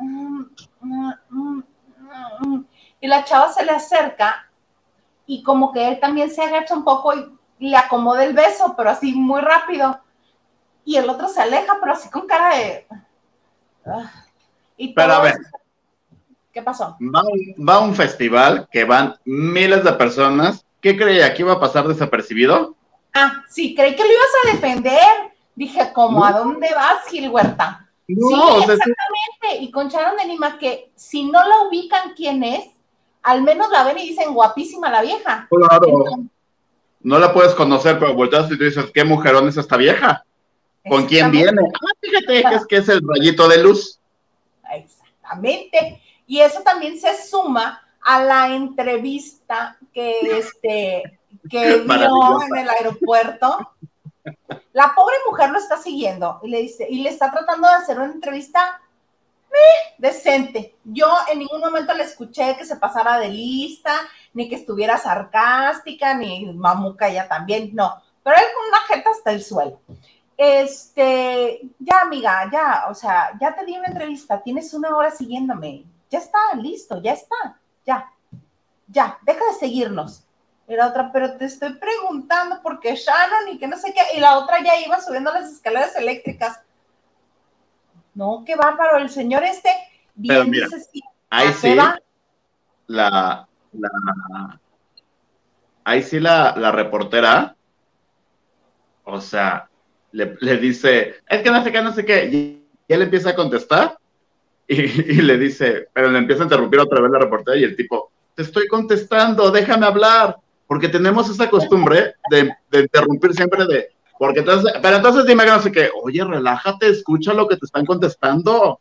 y la chava se le acerca y como que él también se agacha un poco y le acomoda el beso, pero así muy rápido, y el otro se aleja, pero así con cara de... y todo. Pero a ver, ¿qué pasó? va a un festival que van miles de personas. ¿Qué creía? ¿Que iba a pasar desapercibido? Ah, sí, creí que lo ibas a defender. Dije, ¿cómo? ¿A dónde vas, Gil Huerta? No, sí, o sea, exactamente. Y con Sharon de Lima, que si no la ubican quién es, al menos la ven y dicen, guapísima la vieja. Claro. Entonces, no la puedes conocer, pero volteas y tú dices, ¿qué mujerón es esta vieja? ¿Con quién viene? Ah, fíjate que es el Rayito de Luz. Exactamente. Y eso también se suma a la entrevista que dio en el aeropuerto. La pobre mujer lo está siguiendo y le dice, y le está tratando de hacer una entrevista decente. Yo en ningún momento le escuché que se pasara de lista, ni que estuviera sarcástica, ni mamuca ella también, no. Pero él con una jeta hasta el suelo. Ya amiga, ya, o sea, ya te di una entrevista, tienes 1 hora siguiéndome, ya está, listo, ya está, ya, deja de seguirnos. Y la otra, pero te estoy preguntando por qué Shannon y que no sé qué, y la otra ya iba subiendo las escaleras eléctricas. No, qué bárbaro, el señor bien pero mira, dice, sí, ahí sí, ahí sí la reportera, o sea, le dice, es que no sé qué, y él empieza a contestar, y le dice, pero le empieza a interrumpir otra vez la reportera, y el tipo, te estoy contestando, déjame hablar, porque tenemos esa costumbre de interrumpir siempre porque entonces, pero entonces dime que no sé qué, oye, relájate, escucha lo que te están contestando.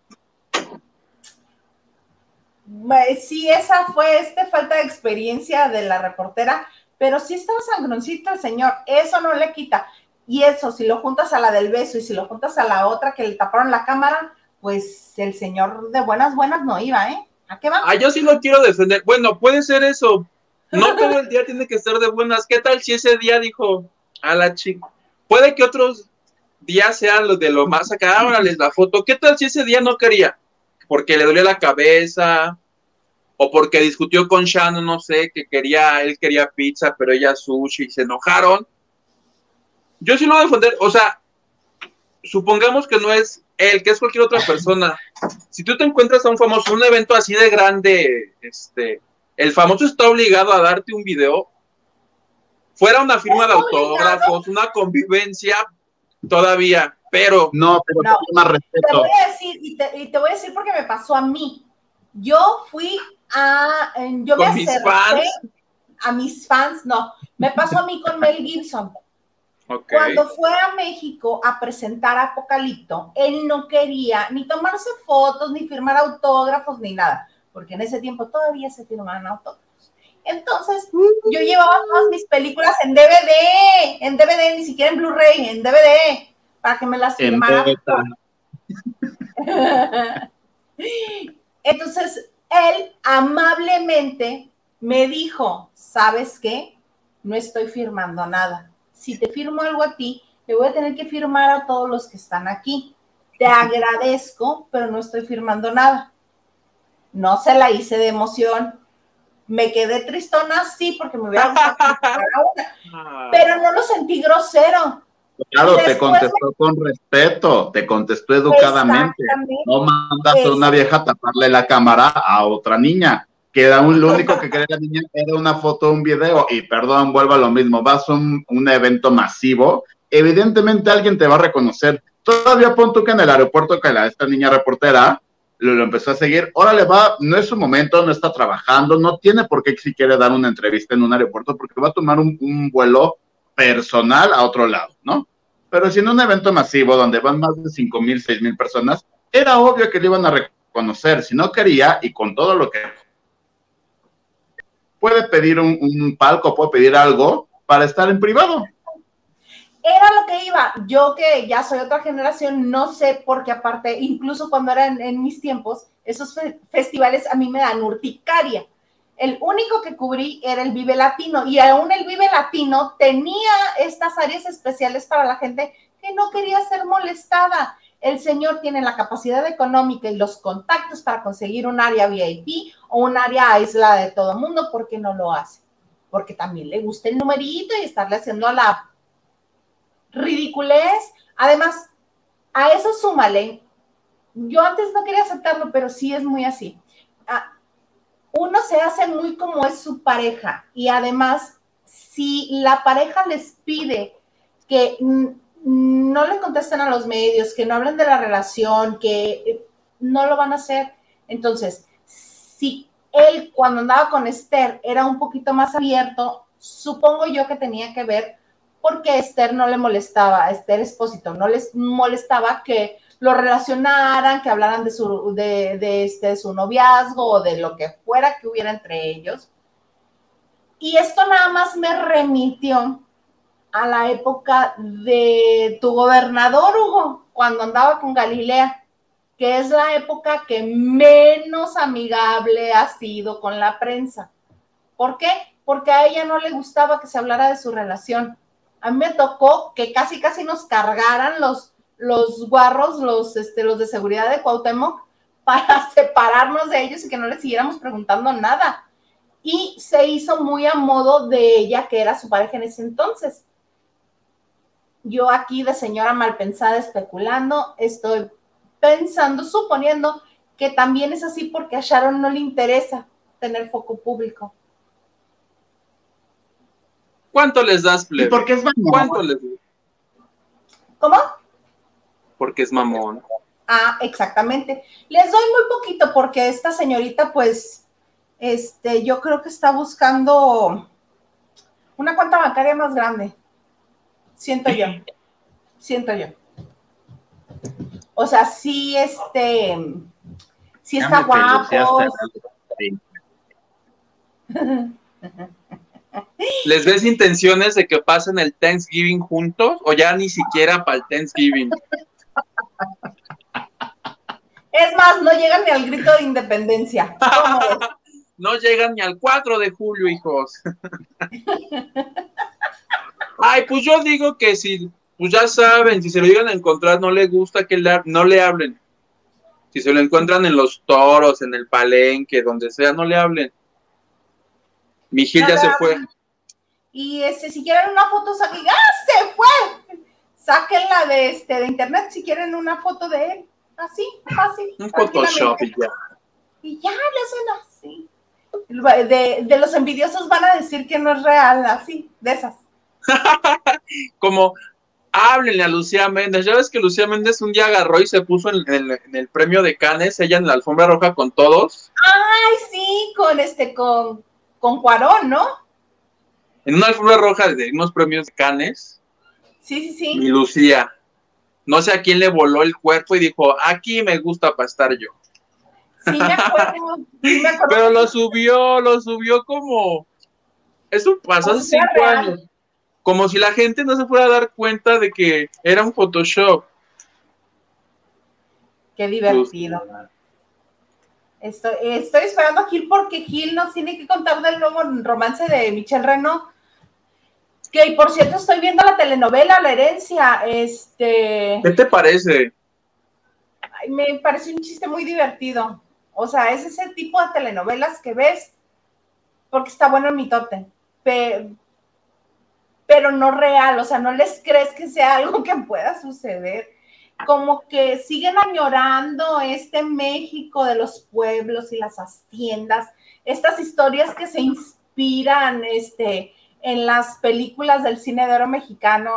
Sí, esa fue falta de experiencia de la reportera, pero sí estaba sangroncito el señor, eso no le quita. Y eso, si lo juntas a la del beso y si lo juntas a la otra que le taparon la cámara, pues el señor de buenas no iba, ¿eh? ¿A qué va? Yo sí lo quiero defender. Bueno, puede ser eso. No todo el día tiene que estar de buenas. ¿Qué tal si ese día dijo a la chica? Puede que otros días sean los de lo más acá, ahora les la foto. ¿Qué tal si ese día no quería? Porque le dolió la cabeza, o porque discutió con Shannon, no sé, que él quería pizza, pero ella sushi, y se enojaron. Yo sí lo voy a defender, o sea, supongamos que no es él, que es cualquier otra persona. Si tú te encuentras a un famoso, un evento así de grande, el famoso está obligado a darte un video, fuera una firma de autógrafos, una convivencia, todavía, pero... No, más respeto. Te voy a decir, y te voy a decir porque me pasó a mí. Yo fui yo me acerqué a mis fans, no, me pasó a mí con Mel Gibson. Okay. Cuando fue a México a presentar Apocalipto, él no quería ni tomarse fotos, ni firmar autógrafos, ni nada, porque en ese tiempo todavía se firmaban autógrafos. Entonces, yo llevaba todas mis películas en DVD, ni siquiera en Blu-ray, en DVD, para que me las firmara. Entonces, él amablemente me dijo, ¿sabes qué? No estoy firmando nada. Si te firmo algo a ti, le voy a tener que firmar a todos los que están aquí. Te agradezco, pero no estoy firmando nada. No se la hice de emoción. Me quedé tristona, sí, porque me hubiera gustado pero no lo sentí grosero. Claro, te contestó con respeto, te contestó educadamente. No mandas a una vieja a taparle la cámara a otra niña, que era lo único que quería la niña era una foto o un video, y perdón, vuelvo a lo mismo, vas a un evento masivo, evidentemente alguien te va a reconocer. Todavía pon tú que en el aeropuerto que esta niña reportera lo empezó a seguir. Órale, va, no es su momento, no está trabajando, no tiene por qué si quiere dar una entrevista en un aeropuerto porque va a tomar un vuelo personal a otro lado, ¿no? Pero si en un evento masivo donde van más de 5,000, 6,000 personas, era obvio que le iban a reconocer. Si no quería, y con todo lo que puede pedir un palco, puede pedir algo para estar en privado. Era lo que iba. Yo que ya soy otra generación, no sé por qué aparte, incluso cuando eran en mis tiempos, esos festivales a mí me dan urticaria. El único que cubrí era el Vive Latino y aún el Vive Latino tenía estas áreas especiales para la gente que no quería ser molestada. El señor tiene la capacidad económica y los contactos para conseguir un área VIP o un área aislada de todo el mundo. ¿Por qué no lo hace? Porque también le gusta el numerito y estarle haciendo a la ridiculez. Además, a eso súmale, yo antes no quería aceptarlo, pero sí es muy así. Uno se hace muy como es su pareja y además, si la pareja les pide que no le contesten a los medios, que no hablen de la relación, que no lo van a hacer. Entonces, si él cuando andaba con Esther era un poquito más abierto, supongo yo que tenía que ver porque a Esther no le molestaba, a Esther Espósito no les molestaba que lo relacionaran, que hablaran de su noviazgo o de lo que fuera que hubiera entre ellos. Y esto nada más me remitió a la época de tu gobernador, Hugo, cuando andaba con Galilea, que es la época que menos amigable ha sido con la prensa. ¿Por qué? Porque a ella no le gustaba que se hablara de su relación. A mí me tocó que casi nos cargaran los guarros, los de seguridad de Cuauhtémoc, para separarnos de ellos y que no les siguiéramos preguntando nada. Y se hizo muy a modo de ella, que era su pareja en ese entonces. Yo aquí de señora malpensada especulando, estoy pensando, suponiendo que también es así porque a Sharon no le interesa tener foco público. ¿Cuánto les das, plebe? ¿Y por qué es mamón? ¿Cuánto les das? ¿Cómo? Porque es mamón. Ah, exactamente. Les doy muy poquito porque esta señorita, pues, yo creo que está buscando una cuenta bancaria más grande. Siento yo. O sea, sí, sí está guapo. ¿Les ves intenciones de que pasen el Thanksgiving juntos o ya ni siquiera para el Thanksgiving? Es más, no llegan ni al grito de independencia. No llegan ni al 4 de julio, hijos. Ay, pues yo digo que si, pues ya saben, si se lo llegan a encontrar, no le gusta que no le hablen. Si se lo encuentran en los toros, en el palenque, donde sea, no le hablen. Mi Gil ya se fue. Y si quieren una foto, saquen. ¡Ah, se fue! Sáquenla de internet si quieren una foto de él. Así, fácil. Un Photoshop y ya. Y ya, le suena así. De los envidiosos van a decir que no es real, así, de esas. Como, háblenle a Lucía Méndez. Ya ves que Lucía Méndez un día agarró y se puso en el premio de Cannes, ella en la alfombra roja con todos. Ay, sí, con Cuarón, ¿no? En una alfombra roja de unos premios de Cannes. Sí. Y Lucía, no sé a quién le voló el cuerpo y dijo, aquí me gusta para estar yo. Sí, me acuerdo. Pero lo subió como... Eso pasó hace 5 años. Como si la gente no se fuera a dar cuenta de que era un Photoshop. Qué divertido. Estoy esperando a Gil porque Gil nos tiene que contar del nuevo romance de Michelle Renaud. Que, por cierto, estoy viendo la telenovela La Herencia. ¿Qué te parece? Ay, me parece un chiste muy divertido. O sea, es ese tipo de telenovelas que ves porque está bueno el mitote. Pero no real, o sea, no les crees que sea algo que pueda suceder. Como que siguen añorando México de los pueblos y las haciendas, estas historias que se inspiran en las películas del cine de oro mexicano,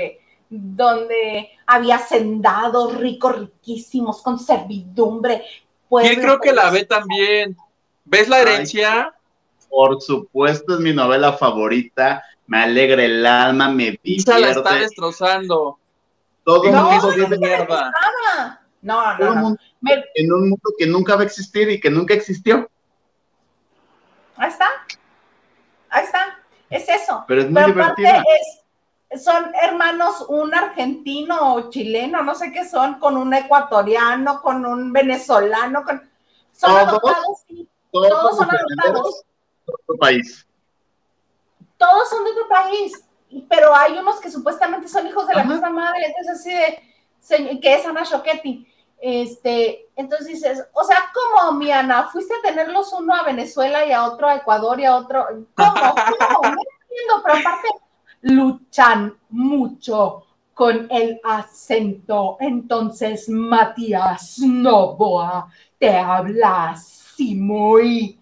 donde había hacendados ricos, riquísimos, con servidumbre, Gil creo que la ve también. ¿Ves La Herencia? Ay, por supuesto, es mi novela favorita. Me alegra el alma, me Isa la está divierte. destrozando. Todo No, mundo yo vive no me mierda. gustaba. No. en un mundo que nunca va a existir y que nunca existió. Ahí está. Es eso. Pero es muy divertida. Son hermanos, un argentino o chileno, no sé qué son, con un ecuatoriano, con un venezolano, son adoptados, sí. Todos son adoptados. De otro país. Todos son de otro país, pero hay unos que supuestamente son hijos de la misma madre, entonces así de, que es Ana Choquetti. Entonces dices, o sea, ¿cómo, mi Ana? ¿Fuiste a tenerlos uno a Venezuela y a otro a Ecuador y a otro? ¿Cómo? No entiendo, pero aparte luchan mucho con el acento. Entonces, Matías Novoa te habla así muy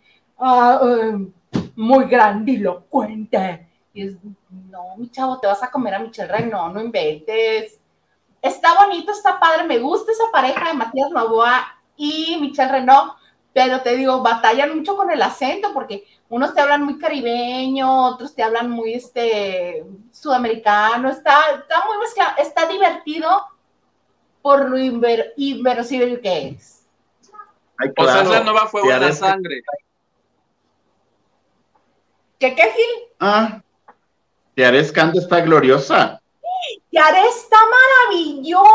grandilocuente. Y es, no, mi chavo, te vas a comer a Michelle Rey, no inventes. Está bonito, está padre, me gusta esa pareja de Matías Novoa y Michelle Renaud, pero te digo, batallan mucho con el acento, porque unos te hablan muy caribeño, otros te hablan muy sudamericano, está muy mezclado, está divertido por lo inverosímil que es. Ay, claro. O sea, es la nueva Fuego en la Sangre. ¿Qué, Gil? Tiare Escanda está gloriosa. Tiare está maravillosa.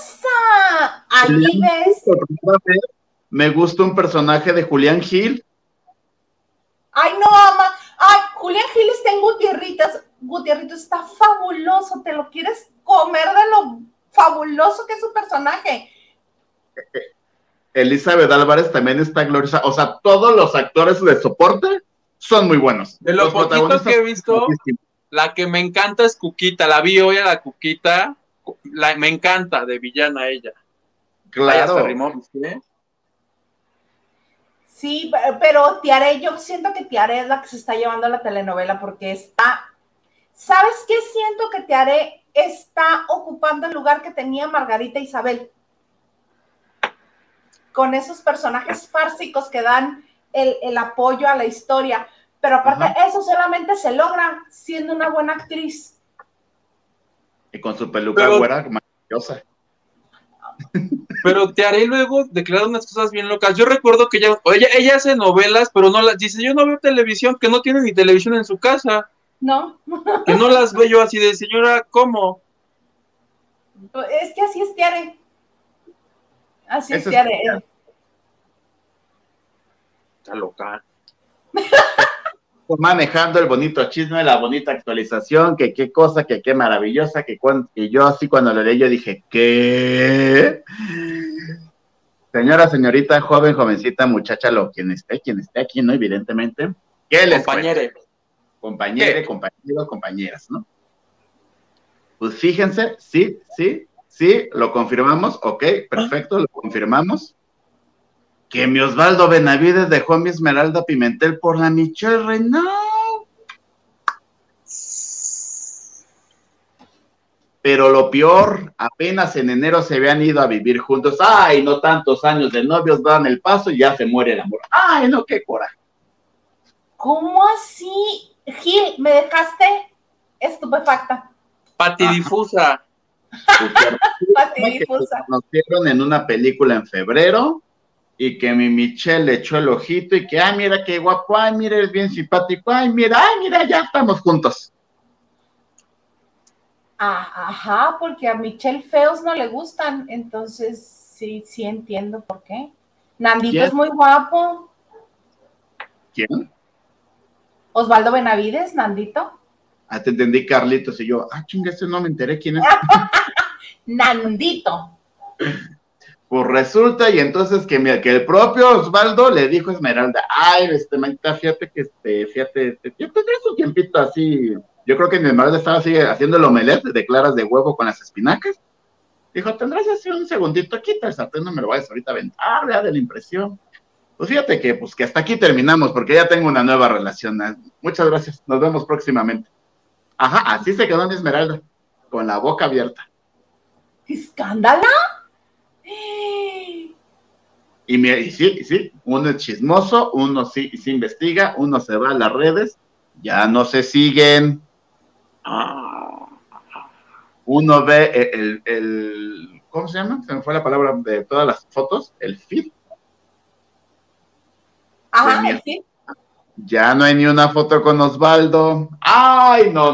Aquí ves. Me gusta un personaje de Julián Gil. Ay, no, ama. Ay, Julián Gil está en Gutierritas. Gutierritos está fabuloso. Te lo quieres comer de lo fabuloso que es su personaje. Elizabeth Álvarez también está gloriosa. O sea, todos los actores de soporte son muy buenos. De lo poquito que he visto, la que me encanta es Cuquita. La vi hoy a la Cuquita. Me encanta de villana ella. Claro. ¿Sí? Sí, pero Tiare, yo siento que Tiare es la que se está llevando a la telenovela porque está... ¿Sabes qué? Siento que Tiare está ocupando el lugar que tenía Margarita Isabel. Con esos personajes fársicos que dan el apoyo a la historia. Pero aparte, eso solamente se logra siendo una buena actriz. Y con su peluca güera maravillosa. Pero Tiare luego declara unas cosas bien locas. Yo recuerdo que ella hace novelas, pero no las dice. Yo no veo televisión, que no tiene ni televisión en su casa. No. Que no las veo yo así de, señora, ¿cómo? Es que así es Tiare. Así es Tiare. Está loca. Manejando el bonito chisme, la bonita actualización, que qué cosa, que qué maravillosa, que yo así cuando lo leí yo dije, ¿qué? Señora, señorita, joven, jovencita, muchacha, quien esté aquí, ¿no? Evidentemente. ¿Qué les cuento? Compañeros, compañeras, ¿no? Pues fíjense, sí, lo confirmamos, ok, perfecto, lo confirmamos. Que mi Osvaldo Benavides dejó a mi Esmeralda Pimentel por la Michelle Renaud. Pero lo peor, apenas en enero se habían ido a vivir juntos. Ay, no tantos años de novios dan el paso y ya se muere el amor. Ay, no, qué coraje. ¿Cómo así? Gil, me dejaste estupefacta. Patidifusa. Patidifusa. Nos conocieron en una película en febrero. Y que mi Michelle le echó el ojito y que, ay, mira qué guapo, ay, mira, es bien simpático, ay, mira, ya estamos juntos. Ajá, porque a Michelle feos no le gustan, entonces sí entiendo por qué. Nandito ¿Quién? Es muy guapo. ¿Quién? Osvaldo Benavides, Nandito. Ah, te entendí, Carlitos, y yo, chinga, ese no me enteré quién es. Nandito. Pues resulta, y entonces que el propio Osvaldo le dijo a Esmeralda, ay, manita, fíjate que yo tendré su tiempito así, yo creo que mi Esmeralda estaba así haciendo el omelette de claras de huevo con las espinacas, dijo, tendrás así un segundito, quita el sartén, no me lo vayas ahorita a aventar, vea de la impresión. Pues fíjate que hasta aquí terminamos, porque ya tengo una nueva relación, muchas gracias, nos vemos próximamente. Ajá, así se quedó mi Esmeralda, con la boca abierta. ¿Escándala? Y sí, uno es chismoso, uno sí investiga, uno se va a las redes, ya no se siguen. Uno ve ¿cómo se llama? Se me fue la palabra de todas las fotos, el feed. Ajá, el feed. Ya no hay ni una foto con Osvaldo. Ay, no.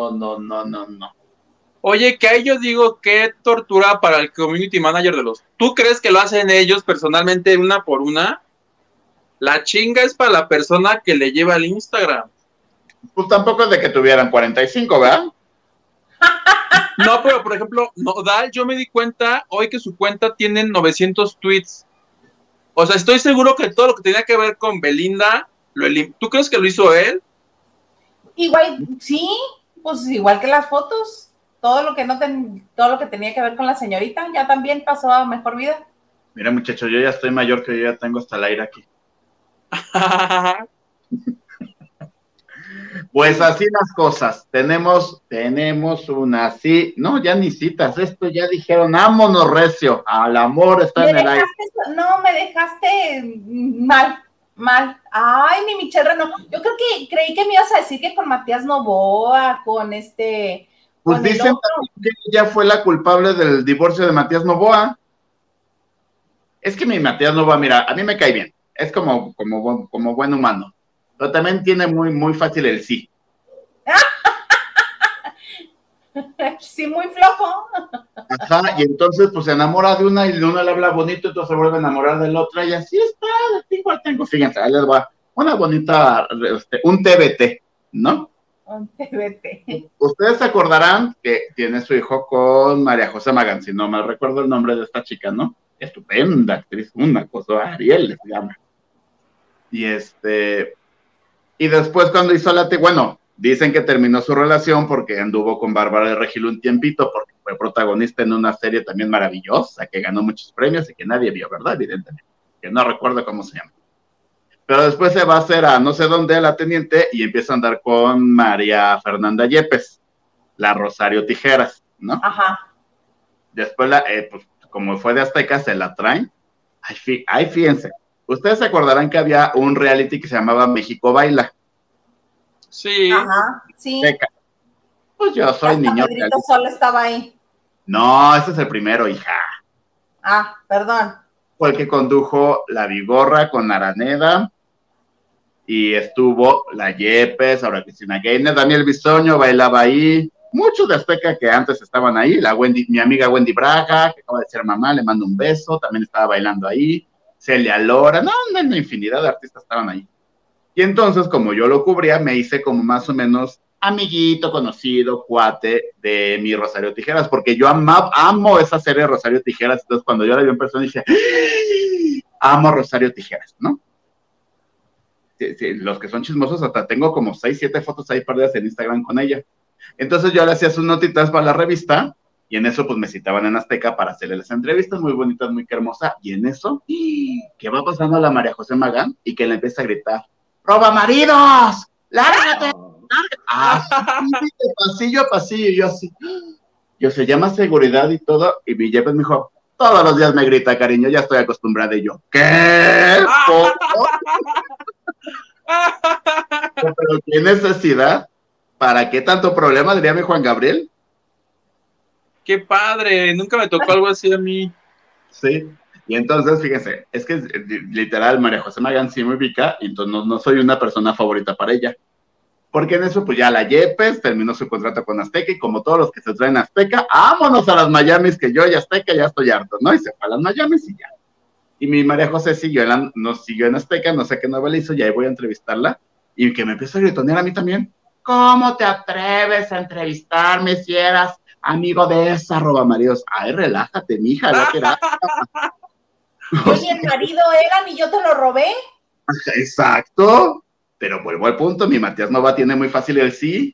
Oye, que ahí yo digo qué tortura para el community manager de los... ¿Tú crees que lo hacen ellos personalmente una por una? La chinga es para la persona que le lleva el Instagram. Pues tampoco es de que tuvieran 45, ¿verdad? No, pero por ejemplo, Nodal, yo me di cuenta hoy que su cuenta tiene 900 tweets. O sea, estoy seguro que todo lo que tenía que ver con Belinda, ¿tú crees que lo hizo él? Igual, sí, pues igual que las fotos. Todo lo que tenía que ver con la señorita ya también pasó a mejor vida. Mira, muchachos, yo ya estoy mayor, que yo ya tengo hasta el aire aquí. Pues así las cosas. Tenemos una, sí, no, ya ni citas, esto ya dijeron, vámonos recio, al amor está en el aire. No, me dejaste mal. Ay, mi Michelle Renaud. Yo creí que me ibas a decir que con Matías Novoa, con Pues dicen que ella fue la culpable del divorcio de Matías Novoa. Es que mi Matías Novoa, mira, a mí me cae bien. Es como buen humano. Pero también tiene muy, muy fácil el sí. Sí, muy flojo. Ajá, y entonces pues se enamora de una y de una le habla bonito, entonces se vuelve a enamorar de la otra y así está, tengo. Fíjense, ahí les va una bonita, un TBT, ¿no? Un TBT. Ustedes se acordarán que tiene su hijo con María José Magán, si no mal recuerdo el nombre de esta chica, ¿no? Estupenda actriz, una cosa, Ariel se llama. Y después cuando hizo bueno, dicen que terminó su relación porque anduvo con Bárbara de Regil un tiempito, porque fue protagonista en una serie también maravillosa, que ganó muchos premios y que nadie vio, ¿verdad? Evidentemente, que no recuerdo cómo se llama. Pero después se va a hacer a no sé dónde, la teniente, y empieza a andar con María Fernanda Yepes, la Rosario Tijeras, ¿no? Ajá. Después, pues, como fue de Azteca, se la traen. Ay, fíjense, ustedes se acordarán que había un reality que se llamaba México Baila. Sí. Ajá, sí. Pues yo soy niño. Pedrito solo estaba ahí. No, ese es el primero, hija. Ah, perdón. Fue el que condujo La Vigorra con Araneda, y estuvo la Yepes, ahora Cristina Gaynor, Daniel Bisoño bailaba ahí, muchos de Azteca que antes estaban ahí, mi amiga Wendy Braga, que acaba de ser mamá, le mando un beso, también estaba bailando ahí, Celia Lora, una infinidad de artistas estaban ahí. Y entonces, como yo lo cubría, me hice como más o menos amiguito, conocido, cuate de mi Rosario Tijeras, porque yo amo esa serie de Rosario Tijeras. Entonces, cuando yo la vi en persona, dije, amo a Rosario Tijeras, ¿no? Sí, los que son chismosos, hasta tengo como 6, 7 fotos ahí perdidas en Instagram con ella. Entonces, yo le hacía sus notitas para la revista, y en eso, pues, me citaban en Azteca para hacerle las entrevistas muy bonitas, muy hermosas, y en eso, que va pasando a la María José Magán, y que le empieza a gritar, ¡roba maridos! ¡Lárgate! De pasillo a pasillo, y yo se llama seguridad y todo, y mi Yepes me dijo, todos los días me grita, cariño, ya estoy acostumbrada, y yo, ¿qué? Pero ¿qué necesidad? ¿Para qué tanto problema? Diría mi Juan Gabriel. ¡Qué padre! Nunca me tocó algo así a mí. Sí, y entonces, fíjense, es que literal, María José Magán sí me ubica, y entonces no soy una persona favorita para ella. Porque en eso, pues ya la Yepes terminó su contrato con Azteca, y como todos los que se traen a Azteca, vámonos a las Miamis, que yo y Azteca ya estoy harto, ¿no? Y se fue a las Miamis y ya. Y mi María José siguió en Azteca, no sé qué novela hizo, y ahí voy a entrevistarla, y que me empieza a gritonear a mí también. ¿Cómo te atreves a entrevistarme si eras amigo de esa robamaridos? Ay, relájate, mija, la que era. Yo ni el marido era, ni yo te lo robé. Exacto. Pero vuelvo al punto, mi Matías Nova tiene muy fácil el sí.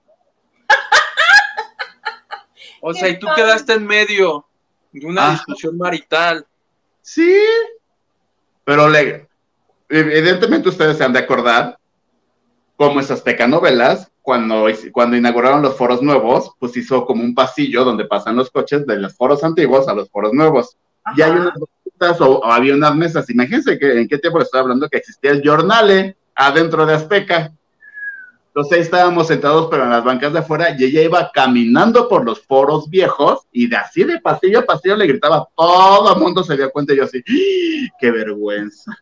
O sea, y tú quedaste en medio de una discusión marital. Sí. Pero evidentemente ustedes se han de acordar cómo es Azteca Novelas, cuando inauguraron los foros nuevos, pues hizo como un pasillo donde pasan los coches de los foros antiguos a los foros nuevos. Ajá. Y hay unas mesas o había unas mesas. Imagínense que en qué tiempo estoy hablando que existía el Jornale adentro de Azteca. Entonces ahí estábamos sentados, pero en las bancas de afuera, y ella iba caminando por los foros viejos, y de así de pasillo a pasillo le gritaba, todo el mundo se dio cuenta, y yo así, ¡ah! ¡Qué vergüenza!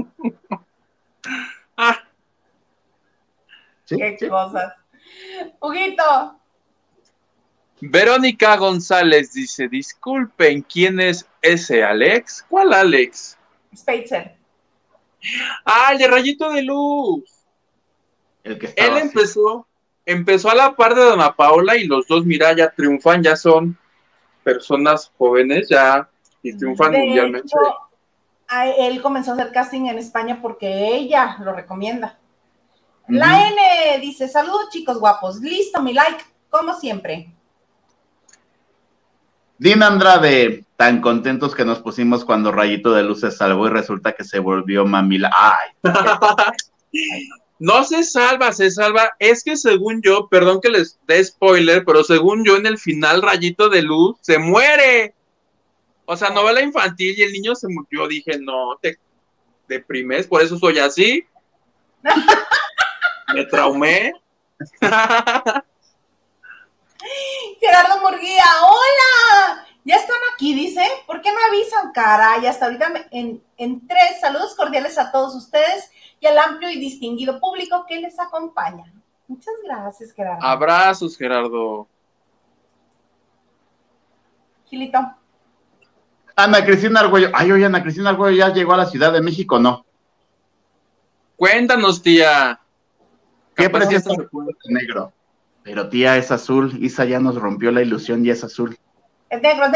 ¿Sí? Qué cosas. Huguito. Verónica González dice, disculpen, ¿quién es ese Alex? ¿Cuál Alex? Spitzer. Ah, el de Rayito de Luz. El que él empezó a la par de Dana Paola y los dos, mira, ya triunfan, ya son personas jóvenes, ya y triunfan mundialmente. Hecho, él comenzó a hacer casting en España porque ella lo recomienda. La N dice, saludos chicos guapos, listo mi like, como siempre. Dina Andrade, tan contentos que nos pusimos cuando Rayito de Luz se salvó y resulta que se volvió mamila. ¡Ay! No se salva. Es que según yo, perdón que les dé spoiler, pero según yo en el final Rayito de Luz se muere. O sea, novela infantil y el niño se murió. Dije, no, te deprimes, por eso soy así. Me traumé. Gerardo Murguía, hola, ya están aquí, dice, ¿por qué no avisan, caray? Hasta ahorita en 3, saludos cordiales a todos ustedes y al amplio y distinguido público que les acompaña. Muchas gracias, Gerardo. Abrazos, Gerardo. Gilito. Ana Cristina Argüello, oye, Ana Cristina Argüello ya llegó a la Ciudad de México, ¿no? Cuéntanos, tía. ¿Qué precioso negro? Pero tía, es azul. Isa ya nos rompió la ilusión y es azul. Es negro.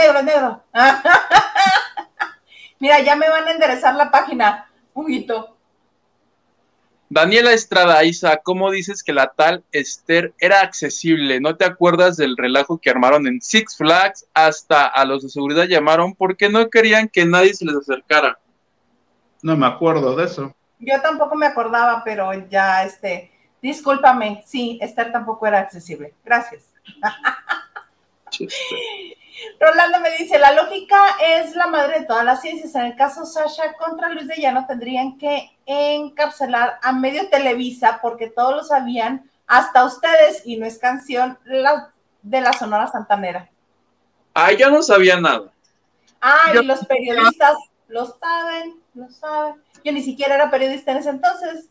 Mira, ya me van a enderezar la página. Huguito. Daniela Estrada, Isa, ¿cómo dices que la tal Esther era accesible? ¿No te acuerdas del relajo que armaron en Six Flags? Hasta a los de seguridad llamaron porque no querían que nadie se les acercara. No me acuerdo de eso. Yo tampoco me acordaba, pero ya, discúlpame, sí, Esther tampoco era accesible. Gracias. Rolando me dice, la lógica es la madre de todas las ciencias. En el caso Sasha contra Luis de Llano tendrían que encarcelar a medio Televisa porque todos lo sabían, hasta ustedes, y no es canción de la Sonora Santanera. Ah, yo no sabía nada. Ah, y los periodistas lo saben. Yo ni siquiera era periodista en ese entonces.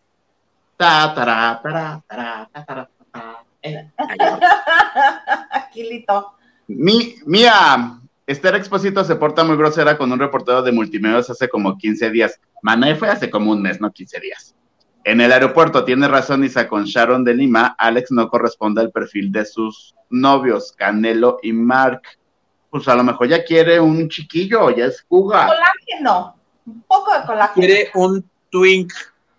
Aquilito. Mía, Esther Expósito se porta muy grosera con un reportero de Multimedios hace como 15 días. Mané fue hace como un mes, no 15 días. En el aeropuerto, tiene razón Isa, con Sharon de Lima, Alex no corresponde al perfil de sus novios, Canelo y Mark. Pues a lo mejor ya quiere un chiquillo, ya es Cuga. Colágeno, un poco de colágeno. Quiere un twink.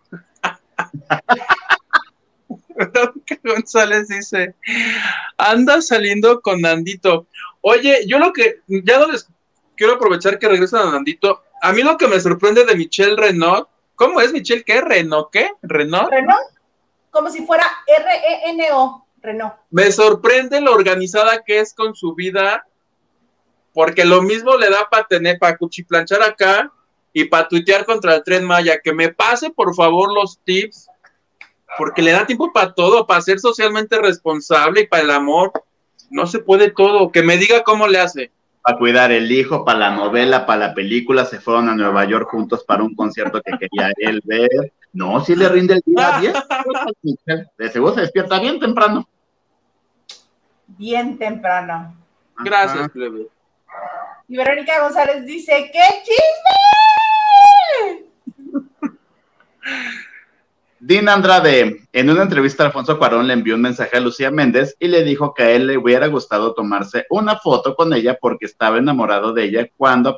González dice, anda saliendo con Nandito. Oye, yo ya no les quiero aprovechar que regresan a Nandito. A mí lo que me sorprende de Michelle Renaud, ¿cómo es Michelle? ¿Qué? ¿Renaud? ¿Qué? ¿Renaud? Renaud, como si fuera R-E-N-O, Renaud. Me sorprende lo organizada que es con su vida, porque lo mismo le da para cuchiplanchar acá y para tuitear contra el Tren Maya. Que me pase, por favor, los tips, porque le da tiempo para todo, para ser socialmente responsable y para el amor. No se puede todo. Que me diga cómo le hace. Para cuidar el hijo, para la novela, para la película, se fueron a Nueva York juntos para un concierto que quería él ver. No, sí le rinde el día bien. De seguro se despierta bien temprano. Bien temprano. Gracias, plebe. Y Verónica González dice, ¡qué chisme! Dina Andrade, en una entrevista Alfonso Cuarón le envió un mensaje a Lucía Méndez y le dijo que a él le hubiera gustado tomarse una foto con ella porque estaba enamorado de ella cuando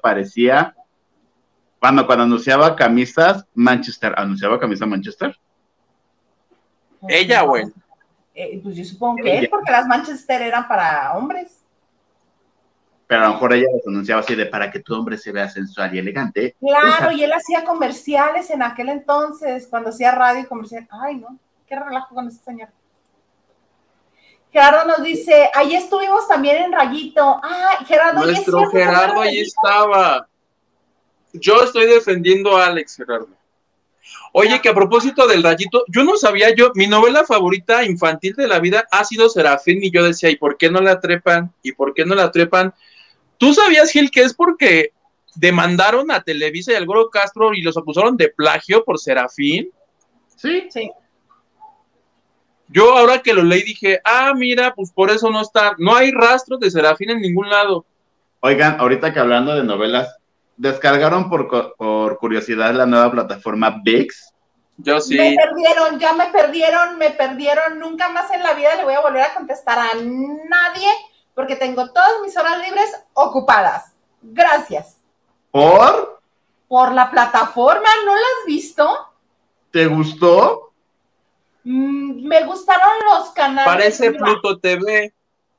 anunciaba camisas Manchester. ¿Anunciaba camisa Manchester? Ella, güey. Pues yo supongo que él, porque las Manchester eran para hombres. Pero a lo mejor ella les anunciaba así de para que tu hombre se vea sensual y elegante. Claro, y él hacía comerciales en aquel entonces, cuando hacía radio y comercial. Ay, no, qué relajo con ese señor. Gerardo nos dice, ahí estuvimos también en Rayito. Ay, Gerardo, nuestro Gerardo ahí estaba. Yo estoy defendiendo a Alex, Gerardo. Oye, que a propósito del Rayito, yo no sabía, mi novela favorita infantil de la vida ha sido Serafín, y yo decía, ¿y por qué no la trepan? ¿Y por qué no la trepan? ¿Tú sabías, Gil, que es porque demandaron a Televisa y al Goro Castro y los acusaron de plagio por Serafín? Sí. Yo ahora que lo leí dije, mira, pues por eso no hay rastros de Serafín en ningún lado. Oigan, ahorita que hablando de novelas, ¿descargaron por curiosidad la nueva plataforma ViX? Yo sí. Me perdieron. Nunca más en la vida le voy a volver a contestar a nadie porque tengo todas mis horas libres ocupadas. Gracias. ¿Por? Por la plataforma, ¿no la has visto? ¿Te gustó? Me gustaron los canales. Parece Pluto TV.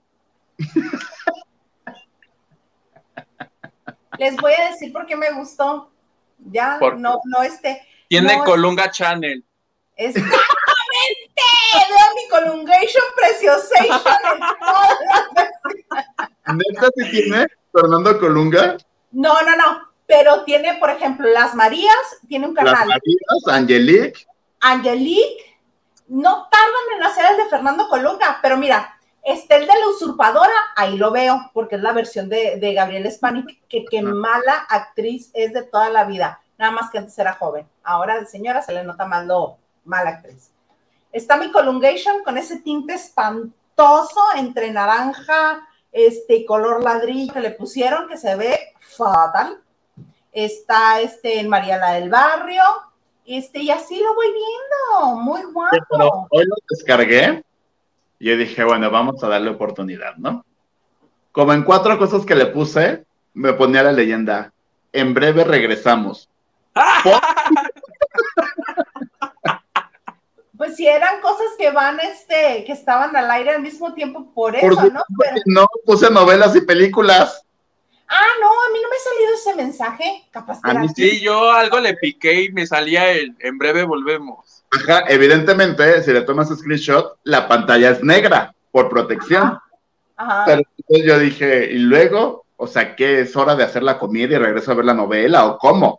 Les voy a decir por qué me gustó. Ya, Tiene Colunga Channel. Exactamente. Veo mi Colungation Preciosation. ¿Neta sí tiene Fernando Colunga? No. Pero tiene, por ejemplo, Las Marías, tiene un canal. Las Marías, Angelique. No tardan en hacer el de Fernando Colunga, pero mira, el de La Usurpadora, ahí lo veo, porque es la versión de Gabriel Spanik, que mala actriz es de toda la vida, nada más que antes era joven, ahora de señora se le nota más lo mala actriz. Está mi Colungation con ese tinte espantoso entre naranja y color ladrillo que le pusieron, que se ve fatal. Está en María la del Barrio, y así lo voy viendo, muy guapo. Pero hoy lo descargué y yo dije, bueno, vamos a darle oportunidad, ¿no? Como en 4 cosas que le puse, me ponía la leyenda, en breve regresamos. Pues si eran cosas que van, que estaban al aire al mismo tiempo, por eso, ¿no? Pero... No, puse novelas y películas. No, a mí no me ha salido ese mensaje, capaz que a mí sí, yo algo le piqué y me salía en breve volvemos. Ajá, evidentemente, si le tomas screenshot, la pantalla es negra, por protección. Ajá. Pero entonces yo dije, ¿y luego? O sea, ¿qué es hora de hacer la comida y regreso a ver la novela o cómo?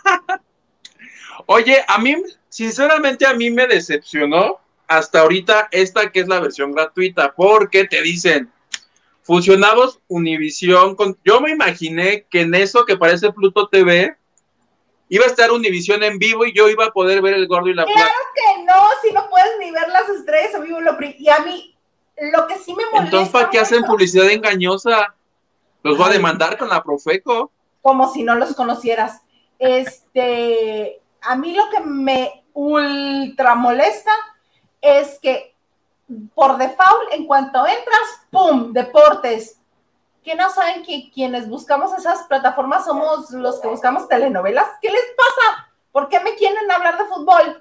Oye, sinceramente a mí me decepcionó hasta ahorita esta que es la versión gratuita, porque te dicen, fusionamos Univisión con... Yo me imaginé que en eso que parece Pluto TV iba a estar Univisión en vivo y yo iba a poder ver El Gordo y la Flaca. Claro que no, si no puedes ni ver las estrellas en vivo. Y a mí, lo que sí me molesta... Entonces, ¿para qué hacen publicidad engañosa? Los voy a demandar con la Profeco. Como si no los conocieras. A mí lo que me ultra molesta es que por default, en cuanto entras, ¡pum!, deportes. ¿Qué no saben que quienes buscamos esas plataformas somos los que buscamos telenovelas? ¿Qué les pasa? ¿Por qué me quieren hablar de fútbol?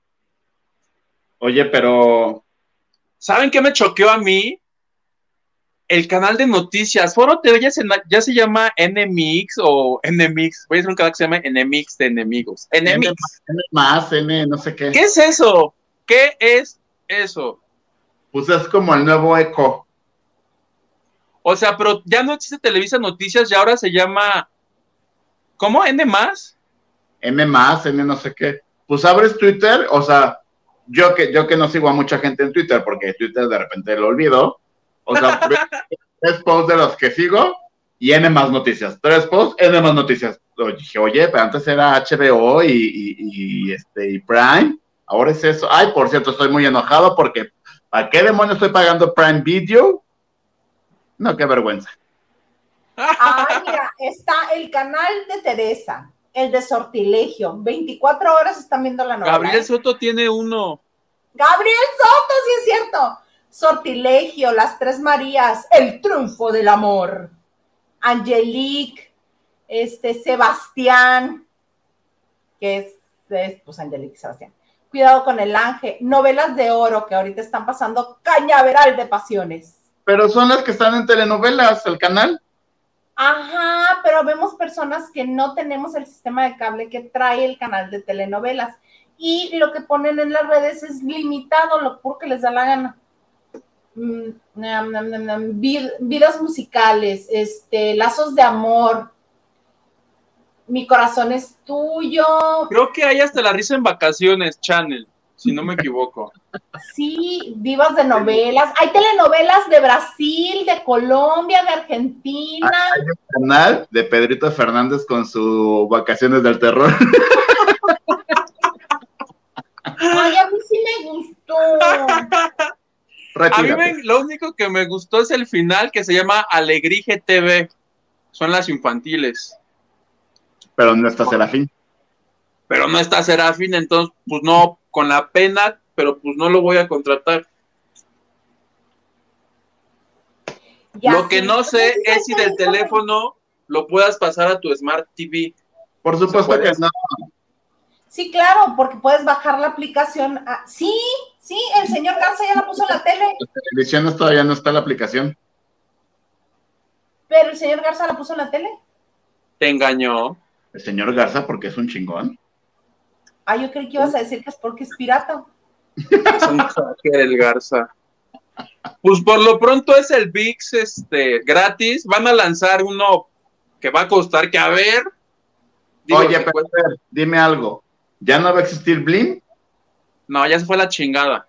Oye, pero... ¿Saben qué me choqueó a mí? El canal de noticias. Foro TV ya se llama NMX o NMX. Voy a hacer un canal que se llama NMX de enemigos. NMX. N, no sé qué. ¿Qué es eso? ¿Qué es eso? Pues es como el nuevo Eco. O sea, pero ya no existe Televisa Noticias y ahora se llama... ¿Cómo? ¿N más? N no sé qué. Pues abres Twitter, o sea, yo que no sigo a mucha gente en Twitter, porque Twitter de repente lo olvido. O sea, 3 posts de los que sigo y N más noticias. 3 posts, N más noticias. Dije, oye, pero antes era HBO y Prime. Ahora es eso. Ay, por cierto, estoy muy enojado porque ¿a qué demonios estoy pagando Prime Video? No, qué vergüenza. Ay, mira, está el canal de Teresa, el de Sortilegio. 24 horas están viendo la novela. Gabriel Soto tiene uno. Gabriel Soto, sí es cierto. Sortilegio, Las Tres Marías, El Triunfo del Amor. Angelique, Sebastián, que es pues Angelique Sebastián. Cuidado con el Ángel, Novelas de Oro, que ahorita están pasando Cañaveral de Pasiones. Pero son las que están en telenovelas, el canal. Ajá, pero vemos personas que no tenemos el sistema de cable que trae el canal de telenovelas. Y lo que ponen en las redes es limitado, lo puro que les da la gana. Vidas musicales, lazos de amor. Mi corazón es tuyo. Creo que hay hasta La risa en vacaciones, Channel, si no me equivoco. Sí, divas de novelas. Hay telenovelas de Brasil, de Colombia, de Argentina. Hay un canal de Pedrito Fernández con su Vacaciones del Terror. Ay, a mí sí me gustó. A mí lo único que me gustó es el final, que se llama Alegrije TV. Son las infantiles. Pero no está Serafín. Pero no está Serafín, entonces, pues no, con la pena, pero pues no lo voy a contratar. Ya lo que no sé es si del teléfono lo puedas pasar a tu Smart TV. Por supuesto que no. Sí, claro, porque puedes bajar la aplicación. Sí, el señor Garza ya la puso en la tele. En televisión todavía no está la aplicación. Pero el señor Garza la puso en la tele. Te engañó. El señor Garza porque es un chingón. Yo creí que ibas a decir que es porque es pirata. Es un hacker el Garza. Pues por lo pronto es el VIX gratis. Van a lanzar uno que va a costar que a ver. Oye, pero dime algo. ¿Ya no va a existir Blim? No, ya se fue la chingada.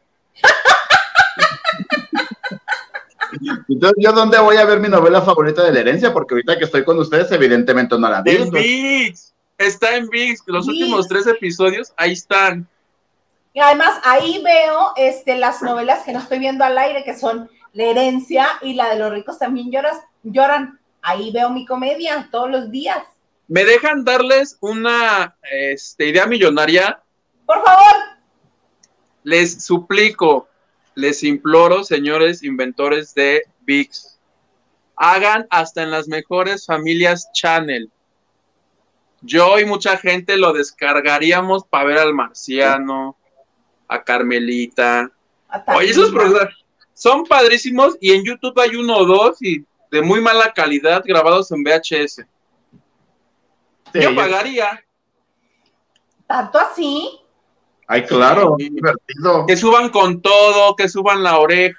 Entonces, ¿yo dónde voy a ver mi novela favorita de la herencia? Porque ahorita que estoy con ustedes, evidentemente no la vi. En VIX. Está en VIX. Los últimos 3 episodios, ahí están. Y además, ahí veo las novelas que no estoy viendo al aire, que son La herencia y la de los ricos también lloran. Ahí veo mi comedia todos los días. ¿Me dejan darles una idea millonaria? Por favor. Les suplico, les imploro, señores inventores de VIX, hagan hasta en las mejores familias Channel. Yo y mucha gente lo descargaríamos para ver al Marciano, a Carmelita. Oye, esos programas son padrísimos y en YouTube hay 1 o 2 y de muy mala calidad grabados en VHS. Sí, yo pagaría. ¿Tanto así? Ay, claro, sí, divertido. Que suban con todo, que suban la oreja.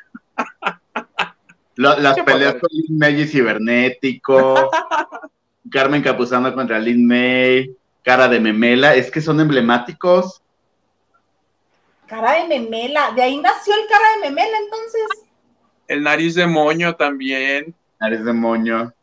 Las peleas con Lin May y Cibernético, Carmen Campuzano contra Lin May, Cara de Memela, es que son emblemáticos. Cara de Memela, de ahí nació el Cara de Memela, entonces. El Nariz de Moño también. Nariz de Moño.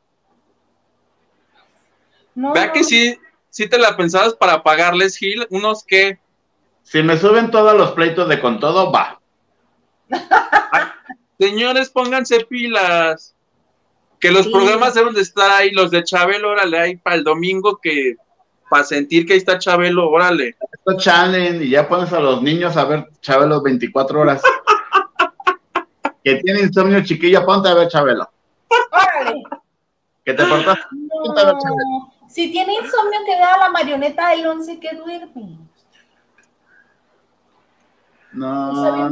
No, vea que sí te la pensabas para pagarles, Gil, unos que... Si me suben todos los pleitos de Con Todo, va. Ay, señores, pónganse pilas. Que los programas deben de estar ahí, los de Chabelo, órale, ahí para el domingo, que para sentir que ahí está Chabelo, órale. Está Challenge y ya pones a los niños a ver Chabelo 24 horas. Que tiene insomnio, chiquilla, ponte a ver Chabelo. Órale. ¿Qué te portas? No. Ponte a ver Chabelo. Si tiene insomnio, que vea la marioneta del 11 que duerme. No.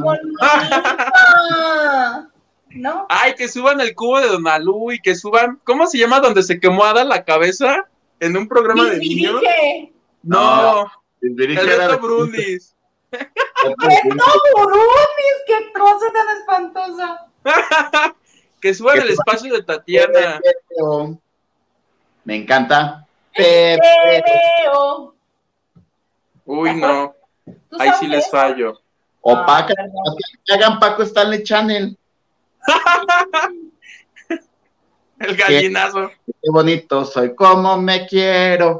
¿No? Ay, que suban el cubo de Donalú y que suban, ¿cómo se llama? Donde se quemó Ada la cabeza en un programa de niños. No, el Reto Brundis. ¡Reto Brundis! ¡Qué cosa tan espantosa! Que suban el espacio de Tatiana. Me encanta. Te veo. Uy, no. Ahí sí les fallo. Opaca. Hagan Paco Stanley Channel. El gallinazo. Qué bonito soy, como me quiero.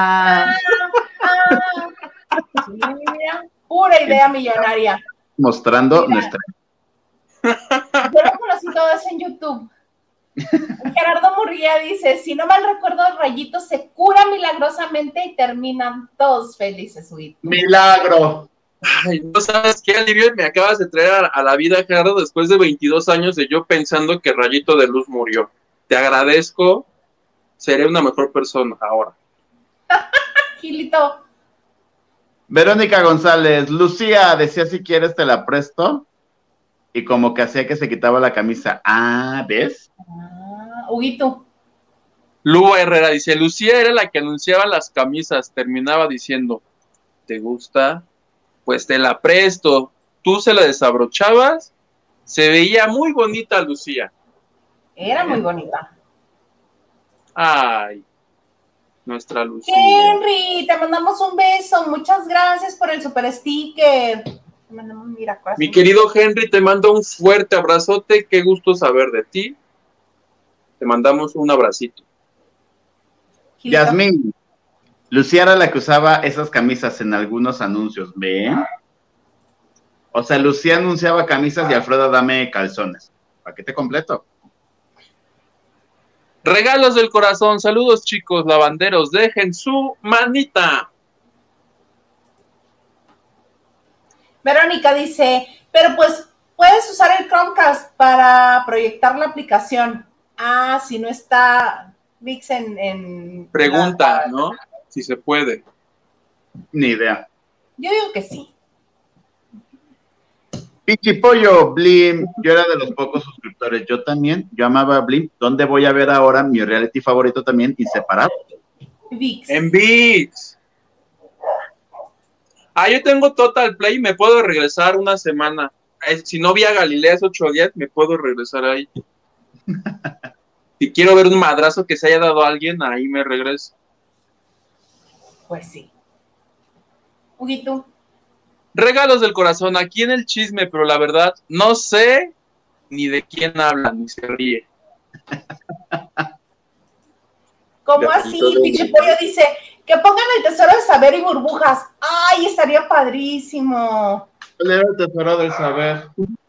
Pura idea millonaria. Mostrando nuestra. Yo lo conocí todo eso en YouTube. Gerardo Murguía dice: si no mal recuerdo, Rayito se cura milagrosamente y terminan todos felices. Milagro. Ay, no sabes qué alivio me acabas de traer a la vida, Gerardo, después de 22 años de yo pensando que Rayito de Luz murió. Te agradezco, seré una mejor persona ahora. Gilito. Verónica González, Lucía decía: si quieres te la presto, y como que hacía que se quitaba la camisa. ¿Ves? Huguito. Lu Herrera dice: Lucía era la que anunciaba las camisas, terminaba diciendo: ¿te gusta? Pues te la presto. Tú se la desabrochabas, se veía muy bonita Lucía. Era muy bonita. Ay. nuestra Lucía. Henry, te mandamos un beso. Muchas gracias por el super sticker. Te mandamos, mira, corazón. Mi querido Henry, te mando un fuerte abrazote. Qué gusto saber de ti. Te mandamos un abracito. Gilito. Yasmín, Lucía era la que usaba esas camisas en algunos anuncios, ¿ven? O sea, Lucía anunciaba camisas y Alfredo dame calzones. Paquete completo. Regalos del corazón. Saludos, chicos lavanderos. Dejen su manita. Verónica dice, pero pues puedes usar el Chromecast para proyectar la aplicación. Ah, si no está VIX en Pregunta, ¿no? Si se puede. Ni idea. Yo digo que sí. Pichipollo, Blim, yo era de los pocos suscriptores, yo también, yo amaba a Blim. ¿Dónde voy a ver ahora mi reality favorito también, Inseparable? VIX. En VIX. Yo tengo Total Play, me puedo regresar una semana. Si no vi a Galilea esos 8 días, me puedo regresar ahí. Si quiero ver un madrazo que se haya dado a alguien, ahí me regreso. Pues sí. Huguito. Regalos del corazón, aquí en el chisme, pero la verdad, no sé ni de quién hablan, ni se ríe. ¿Cómo así? Pichipollo dice, que pongan el tesoro de saber y burbujas. ¡Ay, estaría padrísimo! ¿Cuál era el tesoro del saber?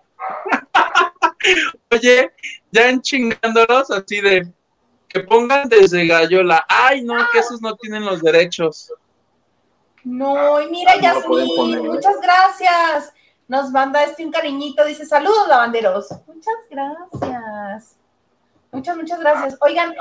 Oye, ya enchingándolos así de que pongan desde Gallola. Ay, no, que esos no tienen los derechos. No, y mira, No lo pueden Yasmín, poner. muchas gracias. Nos manda un cariñito, dice, saludos, lavanderos. Muchas gracias. Muchas gracias. Oigan,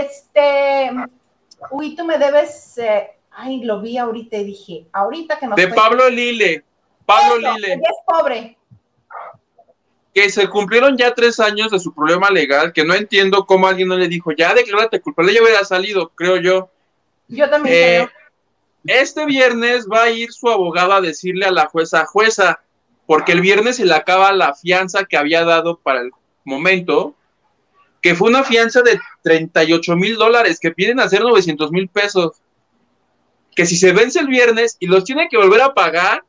uy, tú me debes, lo vi ahorita y dije, ahorita que nos... De Pablo Lille. Pablo Eso, Lille. ella es pobre. Que se cumplieron ya 3 años de su problema legal, que no entiendo cómo alguien no le dijo, ya declárate culpable, ya hubiera salido, creo yo. Yo también creo. Este viernes va a ir su abogado a decirle a la jueza, porque el viernes se le acaba la fianza que había dado para el momento, que fue una fianza de $38,000, que piden hacer $900,000, que si se vence el viernes y los tiene que volver a pagar,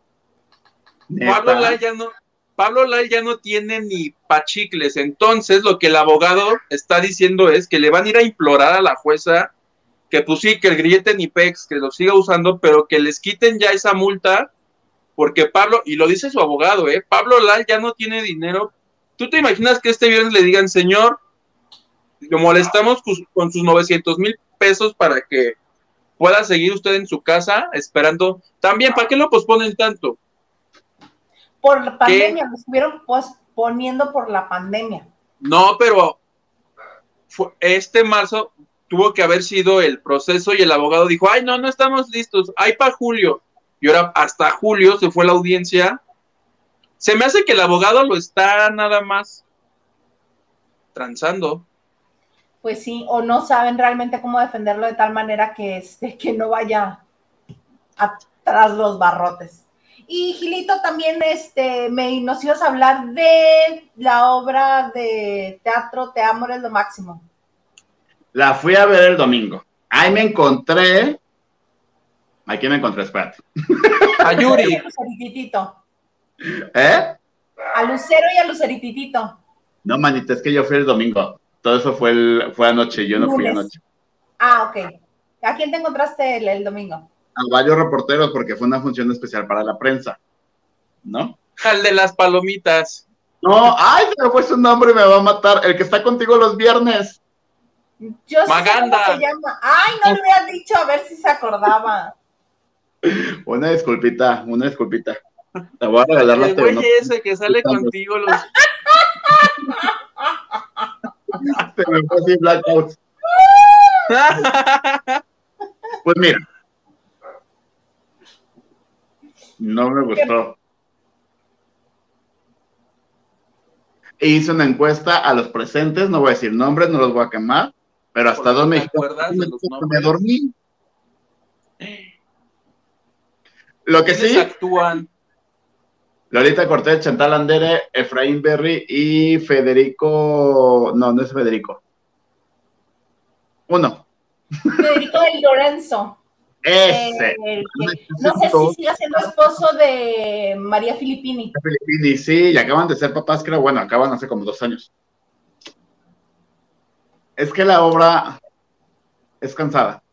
Pablo Lyle ya no tiene ni pachicles. Entonces lo que el abogado está diciendo es que le van a ir a implorar a la jueza que pues sí, que el grillete ni pex, que lo siga usando, pero que les quiten ya esa multa, porque Pablo, y lo dice su abogado, Pablo Lyle ya no tiene dinero. ¿Tú te imaginas que este viernes le digan, señor, lo molestamos con sus $900,000 para que pueda seguir usted en su casa esperando? También, ¿para qué lo posponen tanto? Por la pandemia, lo estuvieron posponiendo por la pandemia. No, pero este marzo tuvo que haber sido el proceso y el abogado dijo, ay, no estamos listos, hay para julio. Y ahora hasta julio se fue la audiencia. Se me hace que el abogado lo está nada más transando. Pues sí, o no saben realmente cómo defenderlo de tal manera que no vaya atrás los barrotes. Y Gilito también nos ibas a hablar de la obra de teatro Te amo, eres lo máximo. La fui a ver el domingo. Ahí me encontré. Aquí me encontré, espérate. A Yuri. A Lucerititito. ¿Eh? A Lucero y a Lucerititito. No, manita, es que yo fui el domingo. Todo eso fue anoche, yo no fui anoche. Ah, ok. ¿A quién te encontraste el domingo? A varios reporteros, porque fue una función especial para la prensa, ¿no? Al de las palomitas. No, ay, se me fue su nombre y me va a matar. El que está contigo los viernes. Yo sé Maganda. cómo se llama. Ay, no le hubieras dicho, a ver si se acordaba. Una disculpita. Te voy a regalar las El güey no. ese que sale contigo. Se me fue así blackout. Pues mira. No me gustó. Hice una encuesta a los presentes, no voy a decir nombres, no los voy a quemar, pero hasta dos me dijeron, me dormí. Lo que sí, actúan? Lolita Cortés, Chantal Andere, Efraín Berry y Federico, no es Federico. Uno, Federico del Lorenzo. Ese. No sé si sigue siendo esposo de María Filippini. Filippini, sí, y acaban de ser papás, creo, bueno, acaban hace como 2 años. Es que la obra es cansada.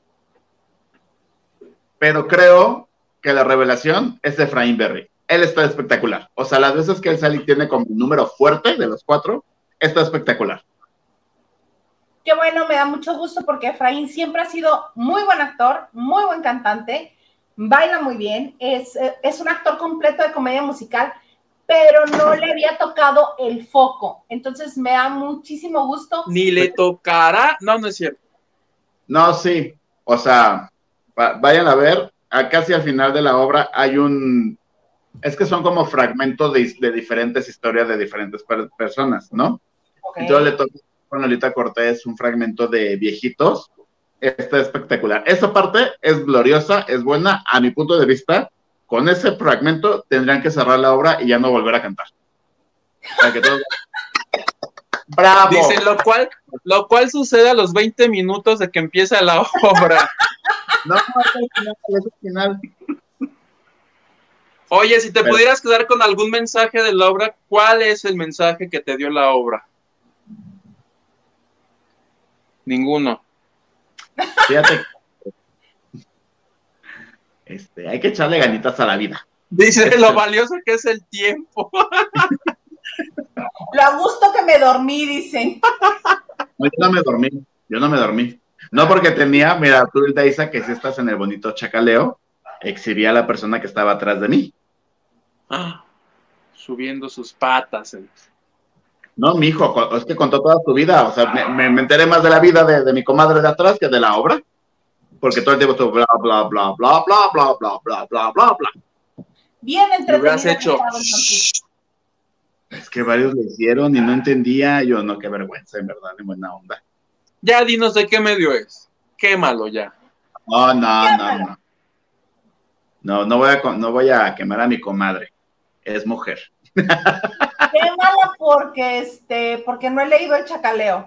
Pero creo que la revelación es de Efraín Berry. Él está espectacular. O sea, las veces que él sale y tiene como un número fuerte de los 4, está espectacular. Qué bueno, me da mucho gusto porque Efraín siempre ha sido muy buen actor, muy buen cantante, baila muy bien, es un actor completo de comedia musical, pero no le había tocado el foco. Entonces me da muchísimo gusto. Ni le tocará. No, no es cierto. No, sí. O sea, vayan a ver. Casi al final de la obra hay es que son como fragmentos de diferentes historias de diferentes personas, ¿no? Okay. Entonces le toca con Lolita Cortés un fragmento de viejitos. Está espectacular. Esa parte es gloriosa, es buena. A mi punto de vista, con ese fragmento tendrían que cerrar la obra y ya no volver a cantar. Para que todos... ¡Bravo! Dice, lo cual sucede a los 20 minutos de que empieza la obra. No, es el final. Oye, si te pudieras quedar con algún mensaje de la obra, ¿cuál es el mensaje que te dio la obra? Ninguno. Fíjate. Hay que echarle ganitas a la vida. Dice lo valioso que es el tiempo. Lo a gusto que me dormí, dicen. Yo no me dormí. No porque tenía, mira, tú, Hilda, que si estás en el bonito chacaleo, exhibía a la persona que estaba atrás de mí. Subiendo sus patas. No, mijo, es que contó toda su vida. O sea, me enteré más de la vida de mi comadre de atrás que de la obra. Porque todo el tiempo estuvo bla, bla, bla, bla, bla, bla, bla, bla, bla, bla, bla. Bien entretenido. Lo has hecho. Es que varios le hicieron y no entendía. Yo, no, qué vergüenza, en verdad, en buena onda. Ya dinos de qué medio es. Quémalo ya. No. No voy a quemar a mi comadre. Es mujer. Quémala porque no he leído el chacaleo.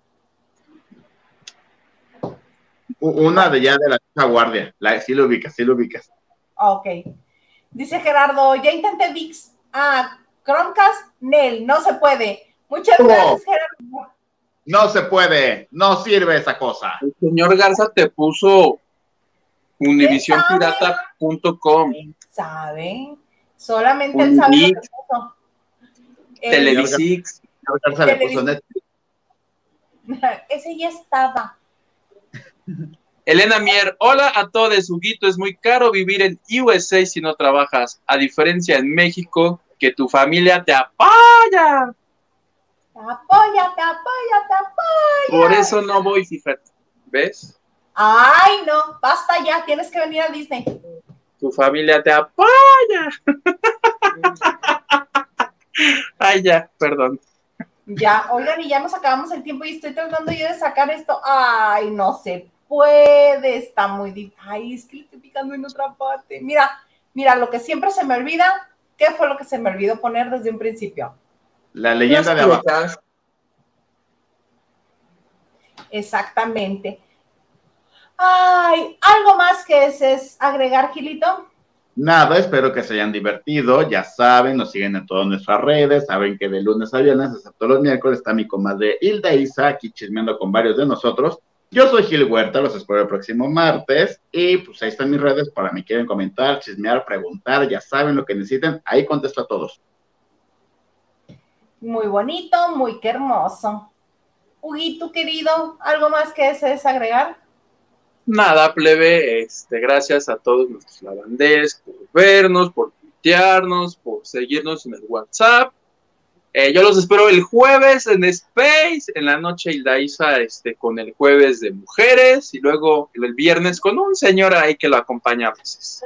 Una de ya de la vieja guardia. Sí lo ubicas. Ok. Dice Gerardo, ya intenté VIX. Chromecast, Nel, no se puede. Muchas gracias, Gerardo. No se puede, no sirve esa cosa. El señor Garza te puso univisionpirata.com. ¿Sabe? Solamente él sabe lo que puso. Televisix. El Garza le puso Netflix. Ese ya estaba. Elena Mier, hola a todos, Huguito, es muy caro vivir en USA si no trabajas, a diferencia en México, que tu familia te apoya. Te apoya. Por eso no voy, fíjate, ¿ves? Ay, no, basta ya, tienes que venir a Disney. Tu familia te apoya. Ay, ya, perdón. Ya, oigan, y ya nos acabamos el tiempo y estoy tratando yo de sacar esto. Ay, no se puede, está muy difícil. Ay, es que le estoy picando en otra parte. Mira, lo que siempre se me olvida, ¿qué fue lo que se me olvidó poner desde un principio? La leyenda de abajo. Exactamente. Ay, ¿algo más que es agregar, Gilito? Nada, espero que se hayan divertido. Ya saben, nos siguen en todas nuestras redes. Saben que de lunes a viernes, excepto los miércoles, está mi comadre Hilda Isa aquí chismeando con varios de nosotros. Yo soy Gil Huerta, los espero el próximo martes. Y pues ahí están mis redes para me quieren comentar, chismear, preguntar. Ya saben lo que necesiten. Ahí contesto a todos. Muy bonito, muy que hermoso. Huguito, querido, ¿algo más que desees agregar? Nada, plebe, gracias a todos nuestros lavandés por vernos, por tuitearnos, por seguirnos en el WhatsApp. Yo los espero el jueves en Space, en la noche Hilda Isa, con el jueves de mujeres, y luego el viernes con un señor ahí que lo acompaña a veces.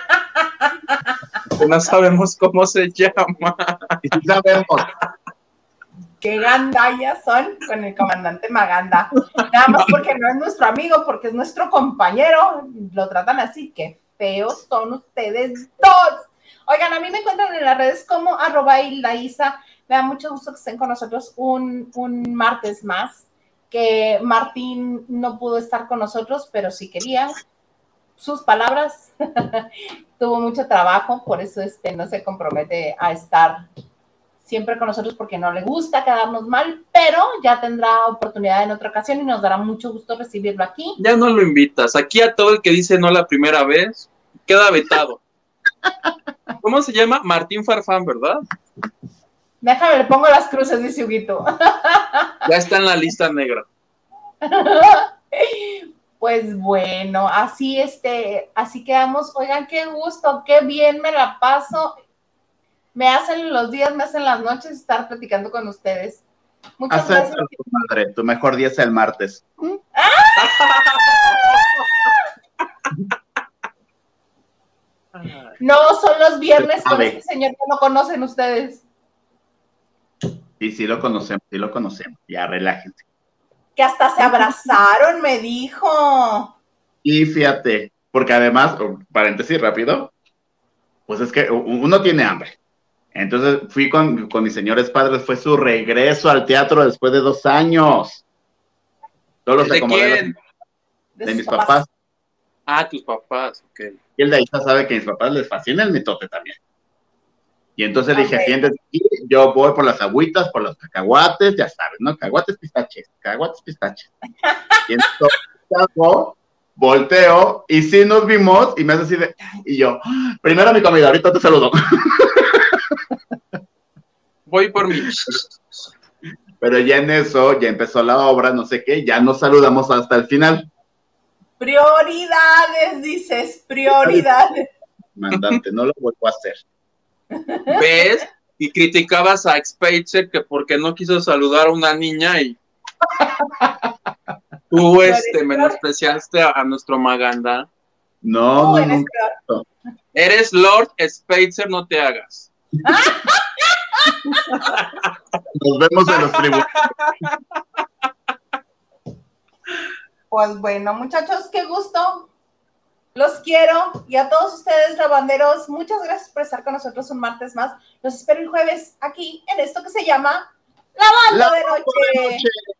No sabemos cómo se llama. Sí sabemos. Qué gandallas son con el comandante Maganda. Nada más porque no es nuestro amigo, porque es nuestro compañero. Lo tratan así, qué feos son ustedes dos. Oigan, a mí me encuentran en las redes como @HildaIsa. Me da mucho gusto que estén con nosotros un martes más. que Martín no pudo estar con nosotros, pero sí quería. Sus palabras, tuvo mucho trabajo, por eso no se compromete a estar siempre con nosotros porque no le gusta quedarnos mal, pero ya tendrá oportunidad en otra ocasión y nos dará mucho gusto recibirlo aquí. Ya no lo invitas. Aquí a todo el que dice no la primera vez, queda vetado. ¿Cómo se llama? Martín Farfán, ¿verdad? Déjame, le pongo las cruces, dice Huguito. Ya está en la lista negra. Pues bueno, así así quedamos. Oigan, qué gusto, qué bien me la paso. Me hacen los días, me hacen las noches estar platicando con ustedes. Muchas gracias. Madre, tu mejor día es el martes. No, son los viernes con este señor que no conocen ustedes. Sí lo conocemos. Ya, relájense. Que hasta se abrazaron, me dijo. Y fíjate, porque además, paréntesis rápido, pues es que uno tiene hambre. Entonces fui con mis señores padres, fue su regreso al teatro después de 2 años. ¿De quién? De mis papás. Ah, tus papás, ok. Y el de ahí ya sabe que a mis papás les fascina el mitote también. Y entonces le dije, siéntate aquí, yo voy por las agüitas, por los cacahuates, ya sabes, ¿no? Cacahuates, pistaches. Y entonces volteo, y sí nos vimos, y me hace así de, y yo, primero mi comida, ahorita te saludo. Voy por mí. Pero ya en eso, ya empezó la obra, no sé qué, ya nos saludamos hasta el final. Prioridades, dices, prioridades. Mandante, no lo vuelvo a hacer. ¿Ves? Y criticabas a Expatcher que porque no quiso saludar a una niña y tú menospreciaste a nuestro Maganda. No. Eres Lord Spatzer, no te hagas. Nos vemos en los tribunales. Pues bueno, muchachos, qué gusto. Los quiero. Y a todos ustedes, lavanderos, muchas gracias por estar con nosotros un martes más. Los espero el jueves aquí en esto que se llama Lavando de Noche.